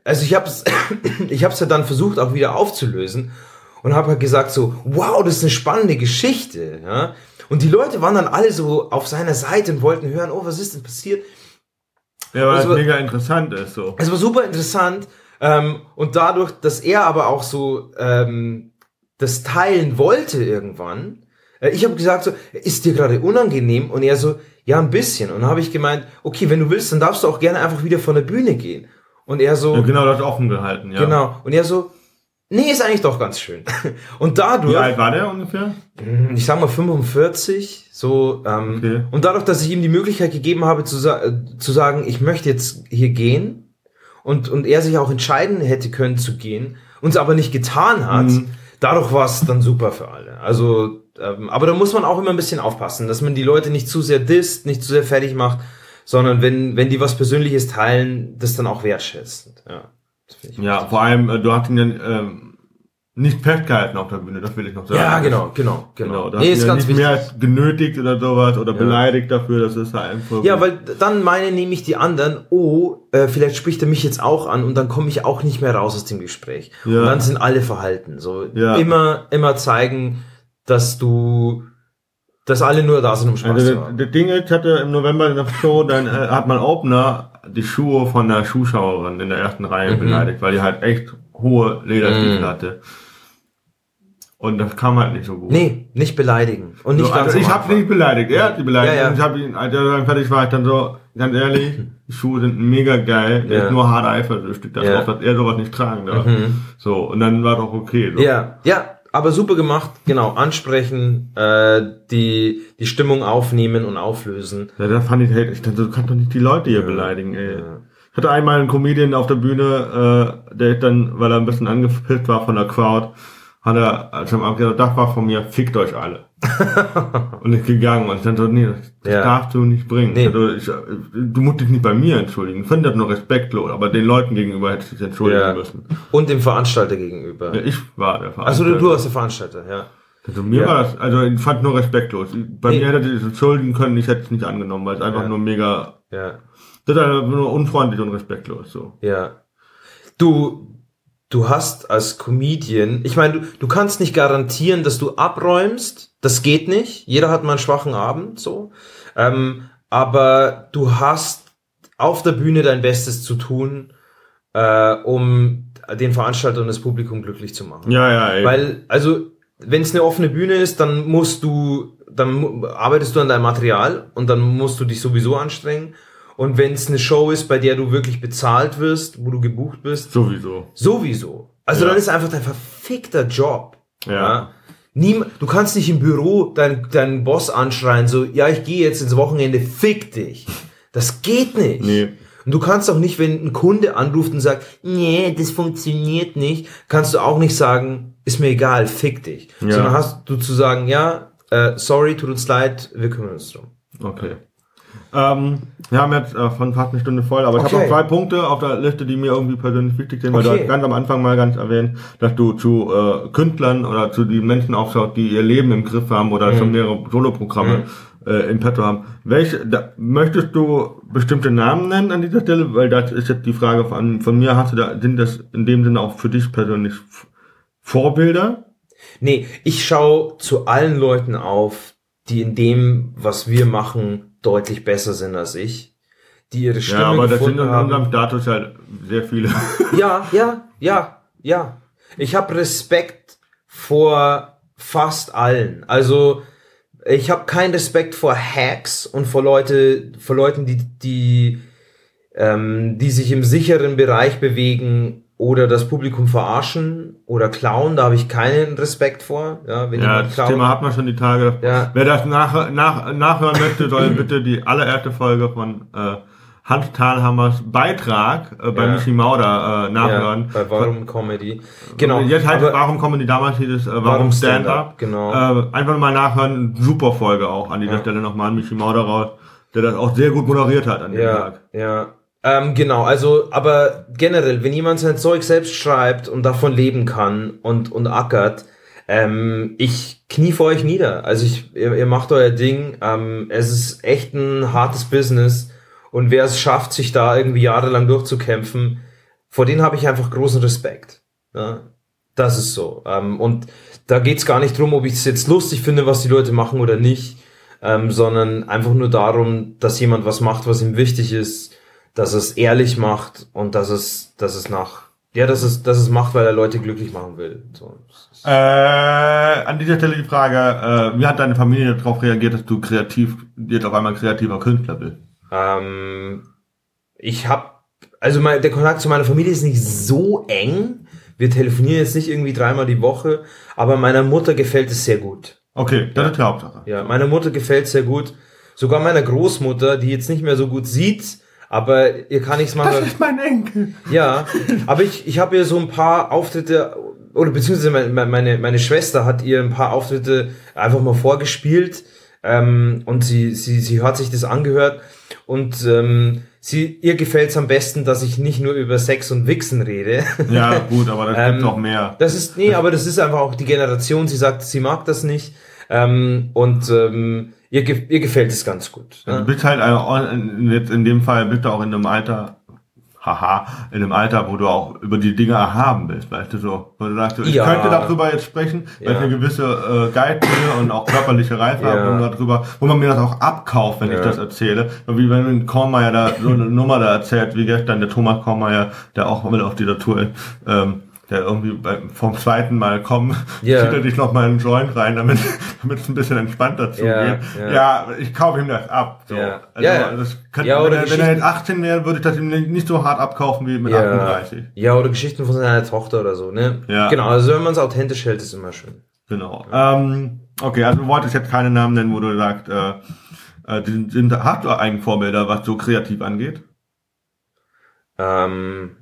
also ich hab's, ich hab's ja dann versucht auch wieder aufzulösen und habe halt gesagt so, wow, das ist eine spannende Geschichte, ja. Und die Leute waren dann alle so auf seiner Seite und wollten hören, oh, was ist denn passiert? Ja, weil also, es mega interessant ist, so. Es war super interessant, ähm, und dadurch, dass er aber auch so, ähm, das teilen wollte irgendwann, äh, ich habe gesagt so, ist dir gerade unangenehm? Und er so, ja, ein bisschen. Und dann habe ich gemeint, okay, wenn du willst, dann darfst du auch gerne einfach wieder von der Bühne gehen. Und er so... Ja, genau, das offen gehalten, ja. Genau. Und er so, nee, ist eigentlich doch ganz schön. Und dadurch... Wie alt war der ungefähr? Ich sag mal fünfundvierzig, so, ähm, Okay. und dadurch, dass ich ihm die Möglichkeit gegeben habe zu, sa- äh, zu sagen, ich möchte jetzt hier gehen und, und er sich auch entscheiden hätte können zu gehen, uns aber nicht getan hat, Mhm. dadurch war es dann super für alle. Also, ähm, aber da muss man auch immer ein bisschen aufpassen, dass man die Leute nicht zu sehr disst, nicht zu sehr fertig macht, sondern wenn, wenn die was Persönliches teilen, das dann auch wertschätzen. Ja, das finde ich Ja, wichtig. vor allem, äh, du hast ihn ja ähm, nicht festgehalten auf der Bühne, das will ich noch sagen. Ja, genau, genau, genau. Genau, du Nee, hast ist ihn ja ganz nicht wichtig. mehr genötigt oder sowas oder beleidigt dafür, das ist halt einfach... Ja, weil dann meine nämlich die anderen, oh, äh, vielleicht spricht er mich jetzt auch an und dann komme ich auch nicht mehr raus aus dem Gespräch. Ja. Und dann sind alle verhalten. So Ja. immer, immer zeigen, dass du, dass alle nur da sind, um Spaß Also zu das, haben. das Ding ist, ich hatte im November in der Show, dann äh, hat mein Opener die Schuhe von der Schuhschauerin in der ersten Reihe Mhm. beleidigt, weil die halt echt hohe Lederstiefel Mhm. hatte. Und das kam halt nicht so gut. Nee, nicht beleidigen. Und nicht so, ganz also ich am habe Anfang. nicht beleidigt, er hat die beleidigt. Ja, ja. Und ich habe ihn, als er dann fertig war, ich dann so, ganz ehrlich, die Schuhe sind mega geil, der Ja. ist nur hart eifersüchtig darauf, Ja. dass er sowas nicht tragen darf. Mhm. So, und dann war doch okay. So. Ja, ja, aber super gemacht. Genau, ansprechen, äh, die, die Stimmung aufnehmen und auflösen. Ja, da fand ich, hey, ich dachte, du kannst doch nicht die Leute hier beleidigen, ey. Ja. Ich hatte einmal einen Comedian auf der Bühne, äh, der dann, weil er ein bisschen angepisst war von der Crowd, hat er, als er am Abend gesagt, das war von mir, fickt euch alle. Und ist gegangen und ich dann so, nee, das, das Ja. darfst du nicht bringen. Nee. Also ich, du musst dich nicht bei mir entschuldigen. Ich finde das nur respektlos, aber den Leuten gegenüber hättest du dich entschuldigen Ja. müssen. Und dem Veranstalter gegenüber. Ja, ich war der Also Veranstalter. du, du warst der Veranstalter, ja. Also mir Ja. war das, also ich fand nur respektlos. Bei Nee. mir hätte er sich entschuldigen können, ich hätte es nicht angenommen, weil es einfach Ja. nur mega, Ja, das ist einfach nur unfreundlich und respektlos, so. ja. Du, du hast als Comedian, ich meine, du, du kannst nicht garantieren, dass du abräumst. Das geht nicht. Jeder hat mal einen schwachen Abend, so. Ähm, aber du hast auf der Bühne dein Bestes zu tun, äh, um den Veranstalter und das Publikum glücklich zu machen. Ja, ja, ey. Weil, also, wenn es eine offene Bühne ist, dann musst du, dann mu- arbeitest du an deinem Material und dann musst du dich sowieso anstrengen. Und wenn es eine Show ist, bei der du wirklich bezahlt wirst, wo du gebucht bist, Sowieso. sowieso. Also Ja. dann ist einfach dein verfickter Job. Ja. Niem, du kannst nicht im Büro deinen deinen Boss anschreien, so, ja, ich gehe jetzt ins Wochenende, fick dich. Das geht nicht. Nee. Und du kannst auch nicht, wenn ein Kunde anruft und sagt, nee, das funktioniert nicht, kannst du auch nicht sagen, ist mir egal, fick dich. Ja. Sondern hast du zu sagen, ja, äh, sorry, tut uns leid, wir kümmern uns drum. Okay. Ähm, wir haben jetzt äh, von fast eine Stunde voll, aber ich Okay. habe noch zwei Punkte auf der Liste, die mir irgendwie persönlich wichtig sind, weil du Okay. hast ganz am Anfang mal ganz erwähnt, dass du zu äh, Künstlern oder zu den Menschen aufschaust, die ihr Leben im Griff haben oder Mhm. schon mehrere Soloprogramme äh, im Petto haben. Welche, da, möchtest du bestimmte Namen nennen an dieser Stelle? Weil das ist jetzt die Frage von, von mir, hast du da, sind das in dem Sinne auch für dich persönlich F- Vorbilder? Nee, ich schaue zu allen Leuten auf, die in dem, was wir machen, deutlich besser sind als ich, die ihre Stimme Ja, aber das sind gefunden in haben. unserem Status halt sehr viele. Ja, ja, ja, ja. Ich habe Respekt vor fast allen. Also ich habe keinen Respekt vor Hacks und vor Leute, vor Leuten, die die ähm, die sich im sicheren Bereich bewegen oder das Publikum verarschen oder klauen. Da habe ich keinen Respekt vor. Ja, wenn Ja, jemand das klaut. Thema hat man schon die Tage. Ja. Wer das nach, nach, nachhören möchte, soll bitte die allererste Folge von äh, Hans Thalhammers Beitrag äh, bei Ja. Michi Mauder äh, nachhören. Ja, bei Warum Comedy. Genau. Jetzt heißt es aber- Warum Comedy, damals hieß es äh, Warum, Warum Stand-Up. Stand-Up, genau. Äh, einfach mal nachhören, super Folge auch an dieser Ja. Stelle nochmal an Michi Mauder raus, der das auch sehr gut moderiert hat an dem Ja, Tag. ja. Ähm, genau, also, aber generell, wenn jemand sein Zeug selbst schreibt und davon leben kann und, und ackert, ähm, ich knie vor euch nieder. Also ich, ihr, ihr macht euer Ding, ähm, es ist echt ein hartes Business und wer es schafft, sich da irgendwie jahrelang durchzukämpfen, vor denen habe ich einfach großen Respekt. Ja, das ist so. Ähm, und da geht's gar nicht drum, ob ich es jetzt lustig finde, was die Leute machen oder nicht, ähm, sondern einfach nur darum, dass jemand was macht, was ihm wichtig ist, dass es ehrlich macht und dass es, dass es nach, ja, dass es, dass es macht, weil er Leute glücklich machen will. So. Äh, an dieser Stelle die Frage, äh, wie hat deine Familie darauf reagiert, dass du kreativ, jetzt auf einmal kreativer Künstler bist? Ähm, ich habe, also mein, der Kontakt zu meiner Familie ist nicht so eng. Wir telefonieren jetzt nicht irgendwie dreimal die Woche, aber meiner Mutter gefällt es sehr gut. Okay, das ja. ist die Hauptsache. Ja, meiner Mutter gefällt es sehr gut. Sogar meiner Großmutter, die jetzt nicht mehr so gut sieht, aber ihr kann nichts machen. Das ist mein Enkel. Ja, aber ich, ich habe ihr so ein paar Auftritte, oder beziehungsweise meine, meine, meine Schwester hat ihr ein paar Auftritte einfach mal vorgespielt, ähm, und sie, sie, sie hat sich das angehört und ähm, sie, ihr gefällt's am besten, dass ich nicht nur über Sex und Wichsen rede. Ja, gut, aber das ähm, gibt's auch mehr. Das ist, nee, aber das ist einfach auch die Generation, sie sagt, sie mag das nicht, ähm, und ähm, ihr, ihr gefällt es ganz gut. Ja, du bist halt jetzt in dem Fall bist du auch in einem Alter, haha, in einem Alter, wo du auch über die Dinge erhaben bist, weißt du so. Wo du sagst, ich ja. könnte darüber jetzt sprechen, weil ja. ich eine gewisse äh, geistige und auch körperliche Reife ja. habe und darüber, wo man mir das auch abkauft, wenn ja. ich das erzähle. Wie wenn Kornmeier da so eine Nummer da erzählt, wie gestern der Thomas Kornmeier, der auch mit auf dieser Tour ist, ähm, der irgendwie beim, vom zweiten Mal kommen, yeah. zieht er dich noch mal einen Joint rein, damit damit es ein bisschen entspannter zugeht. Yeah, yeah. Ja, ich kaufe ihm das ab. So. Yeah. Also, ja, das könnte, ja, wenn, er, wenn er jetzt achtzehn wäre, würde ich das ihm nicht so hart abkaufen wie mit ja. achtunddreißig. Ja, oder Geschichten von seiner Tochter oder so, ne? Ja. Genau, also wenn man es authentisch hält, ist immer schön. Genau. Ja. Ähm, okay, also du wolltest jetzt keine Namen nennen, wo du sagst, äh, äh, die sind, hast du eigentlich Vorbilder, was so kreativ angeht? Ähm...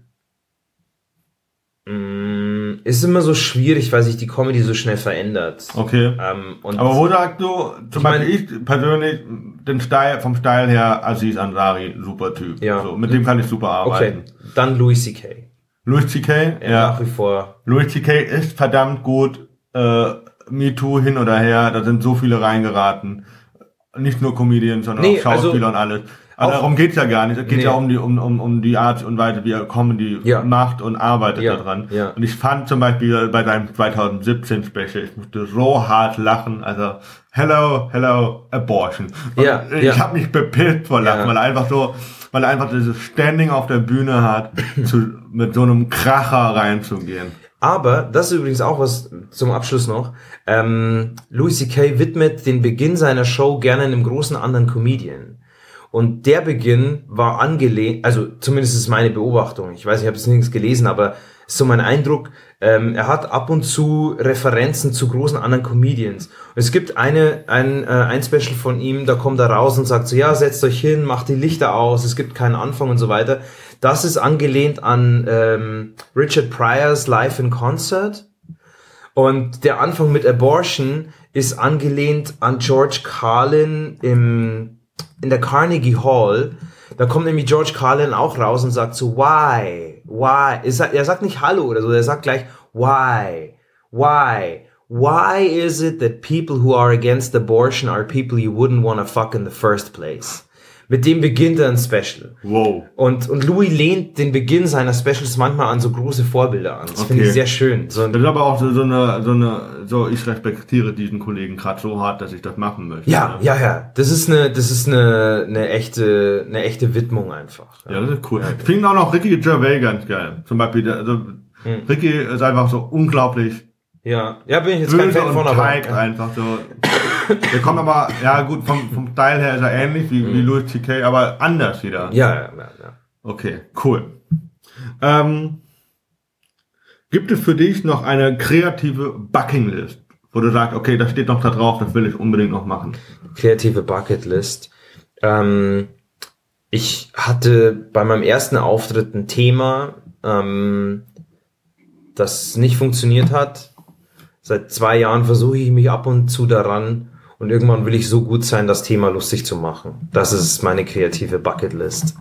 Ist immer so schwierig, weil sich die Comedy so schnell verändert. Okay. Ähm, und aber wo sagst du, zum ich Beispiel ich persönlich, den Style, vom Style her, Aziz Ansari, super Typ. Ja. So, mit dem kann ich super arbeiten. Okay, dann Louis C K. Louis C K? Ja, ja. Nach wie vor. Louis C K ist verdammt gut, äh, MeToo hin oder her, da sind so viele reingeraten. Nicht nur Comedians, sondern nee, auch Schauspieler also und alles. Aber darum geht's ja gar nicht. Es geht nee. ja um die, um, um, um die Art und Weise, wie er Comedy ja. macht und arbeitet ja. daran. Ja. Und ich fand zum Beispiel bei seinem zwanzig siebzehn Special, ich musste so hart lachen, also, hello, hello, abortion. Und ja. ich ja. habe mich bepisst vor Lachen, ja. weil er einfach so, weil er einfach dieses Standing auf der Bühne hat, zu, mit so einem Kracher reinzugehen. Aber, das ist übrigens auch was zum Abschluss noch, ähm, Louis C K widmet den Beginn seiner Show gerne einem großen anderen Comedian. Und der Beginn war angelehnt, also zumindest ist meine Beobachtung, ich weiß, ich habe jetzt nichts gelesen, aber ist so mein Eindruck, ähm, er hat ab und zu Referenzen zu großen anderen Comedians. Und es gibt eine ein, äh, ein Special von ihm, da kommt er raus und sagt so, ja, setzt euch hin, macht die Lichter aus, es gibt keinen Anfang und so weiter. Das ist angelehnt an ähm, Richard Pryor's Live in Concert. Und der Anfang mit Abortion ist angelehnt an George Carlin im in der Carnegie Hall. Da kommt nämlich George Carlin auch raus und sagt so, why, why, er sagt nicht Hallo oder so, er sagt gleich, why, why, why is it that people who are against abortion are people you wouldn't want to fuck in the first place? Mit dem beginnt er ein Special. Wow. Und, und Louis lehnt den Beginn seiner Specials manchmal an so große Vorbilder an. Das okay. finde ich sehr schön. So das ist aber auch so, so eine, so eine, so, ich respektiere diesen Kollegen gerade so hart, dass ich das machen möchte. Ja, ja, ja. ja. Das ist eine, das ist eine, eine echte, eine echte Widmung einfach. Ja, das ist cool. Ja. Ich finde auch noch Ricky Gervais ganz geil. Zum Beispiel, der, also, hm. Ricky ist einfach so unglaublich. Ja, ja, bin ich jetzt kein Fan von, aber ja. einfach so. Der kommt aber, ja gut, vom, vom Style her ist er ähnlich wie, mhm. wie Louis C K, aber anders wieder. Ja, ja, ja. ja. Okay, cool. Ähm, gibt es für dich noch eine kreative Buckinglist, wo du sagst, okay, das steht noch da drauf, das will ich unbedingt noch machen? Kreative Bucketlist. Ähm, ich hatte bei meinem ersten Auftritt ein Thema, ähm, das nicht funktioniert hat. Seit zwei Jahren versuche ich mich ab und zu daran und irgendwann will ich so gut sein, das Thema lustig zu machen. Das ist meine kreative Bucketlist.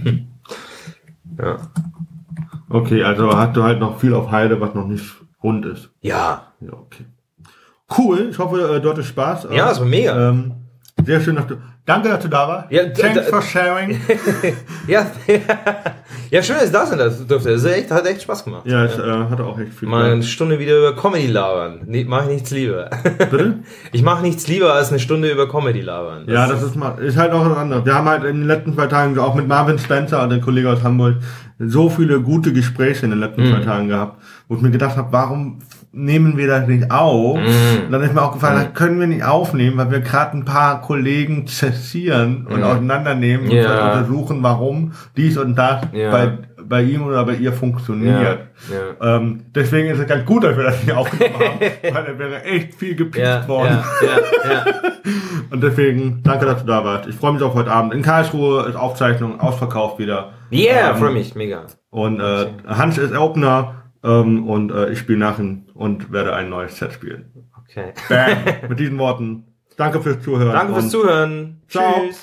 Ja. Okay, also hast du halt noch viel auf Halde, was noch nicht rund ist. Ja. Ja, okay. Cool, ich hoffe, du hattest Spaß. Ja, es war mega. Ähm, sehr schön, dass du... Danke, dass du da warst. Ja, Thanks for sharing. ja, Ja, schön, dass ich da sein durfte. Das echt, hat echt Spaß gemacht. Ja, es äh, hat auch echt viel Mal eine Stunde wieder über Comedy labern. Nee, mach ich nichts lieber. Bitte? Ich mache nichts lieber als eine Stunde über Comedy labern. Das ja, das ist, mal, ist halt auch was anderes. Wir haben halt in den letzten zwei Tagen auch mit Marvin Spencer, der Kollege aus Hamburg, so viele gute Gespräche in den letzten mm. zwei Tagen gehabt, wo ich mir gedacht habe, warum nehmen wir das nicht auf? Mm. Und dann ist mir auch gefallen, mm. das können wir nicht aufnehmen, weil wir gerade ein paar Kollegen zessieren und mm. auseinandernehmen yeah. und untersuchen, warum dies und das yeah. bei, bei ihm oder bei ihr funktioniert. Yeah. Yeah. Ähm, deswegen ist es ganz gut, dass wir das nicht aufgenommen haben, weil da wäre echt viel gepiepst yeah. worden. Yeah. Yeah. Yeah. Und deswegen, danke, dass du da warst. Ich freue mich auf heute Abend. In Karlsruhe ist Aufzeichnung ausverkauft wieder. Ja, yeah, ähm, freue mich, mega. Und äh, Hans ist Opener ähm, und äh, ich spiele nachher und werde ein neues Set spielen. Okay. Bam. Mit diesen Worten. Danke fürs Zuhören. Danke fürs Zuhören. Ciao. Tschüss.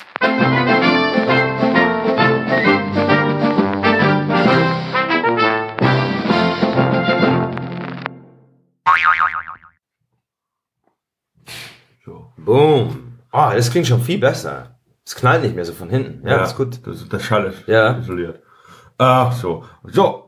So. Boom. Oh, das klingt schon viel besser. Es knallt nicht mehr so von hinten. Ja, ja das ist gut. Das, das Schall ist ja. isoliert. Ach so. So.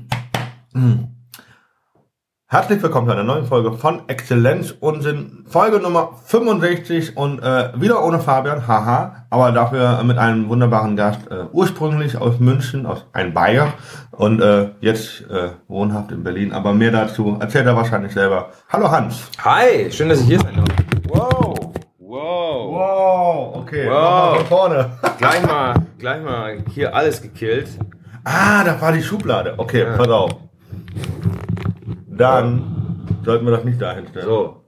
Herzlich willkommen zu einer neuen Folge von Exzellenz Unsinn. Folge Nummer fünfundsechzig und äh, wieder ohne Fabian, haha, aber dafür mit einem wunderbaren Gast, äh, ursprünglich aus München, aus ein Bayer und äh, jetzt äh, wohnhaft in Berlin. Aber mehr dazu erzählt er wahrscheinlich selber. Hallo Hans. Hi, schön, dass ich hier sein darf. Wow. Wow. Wow, okay. Wow. Von vorne. Gleich mal, gleich mal hier alles gekillt. Ah, da war die Schublade. Okay, ja. pass auf. Dann sollten wir das nicht dahin stellen. So.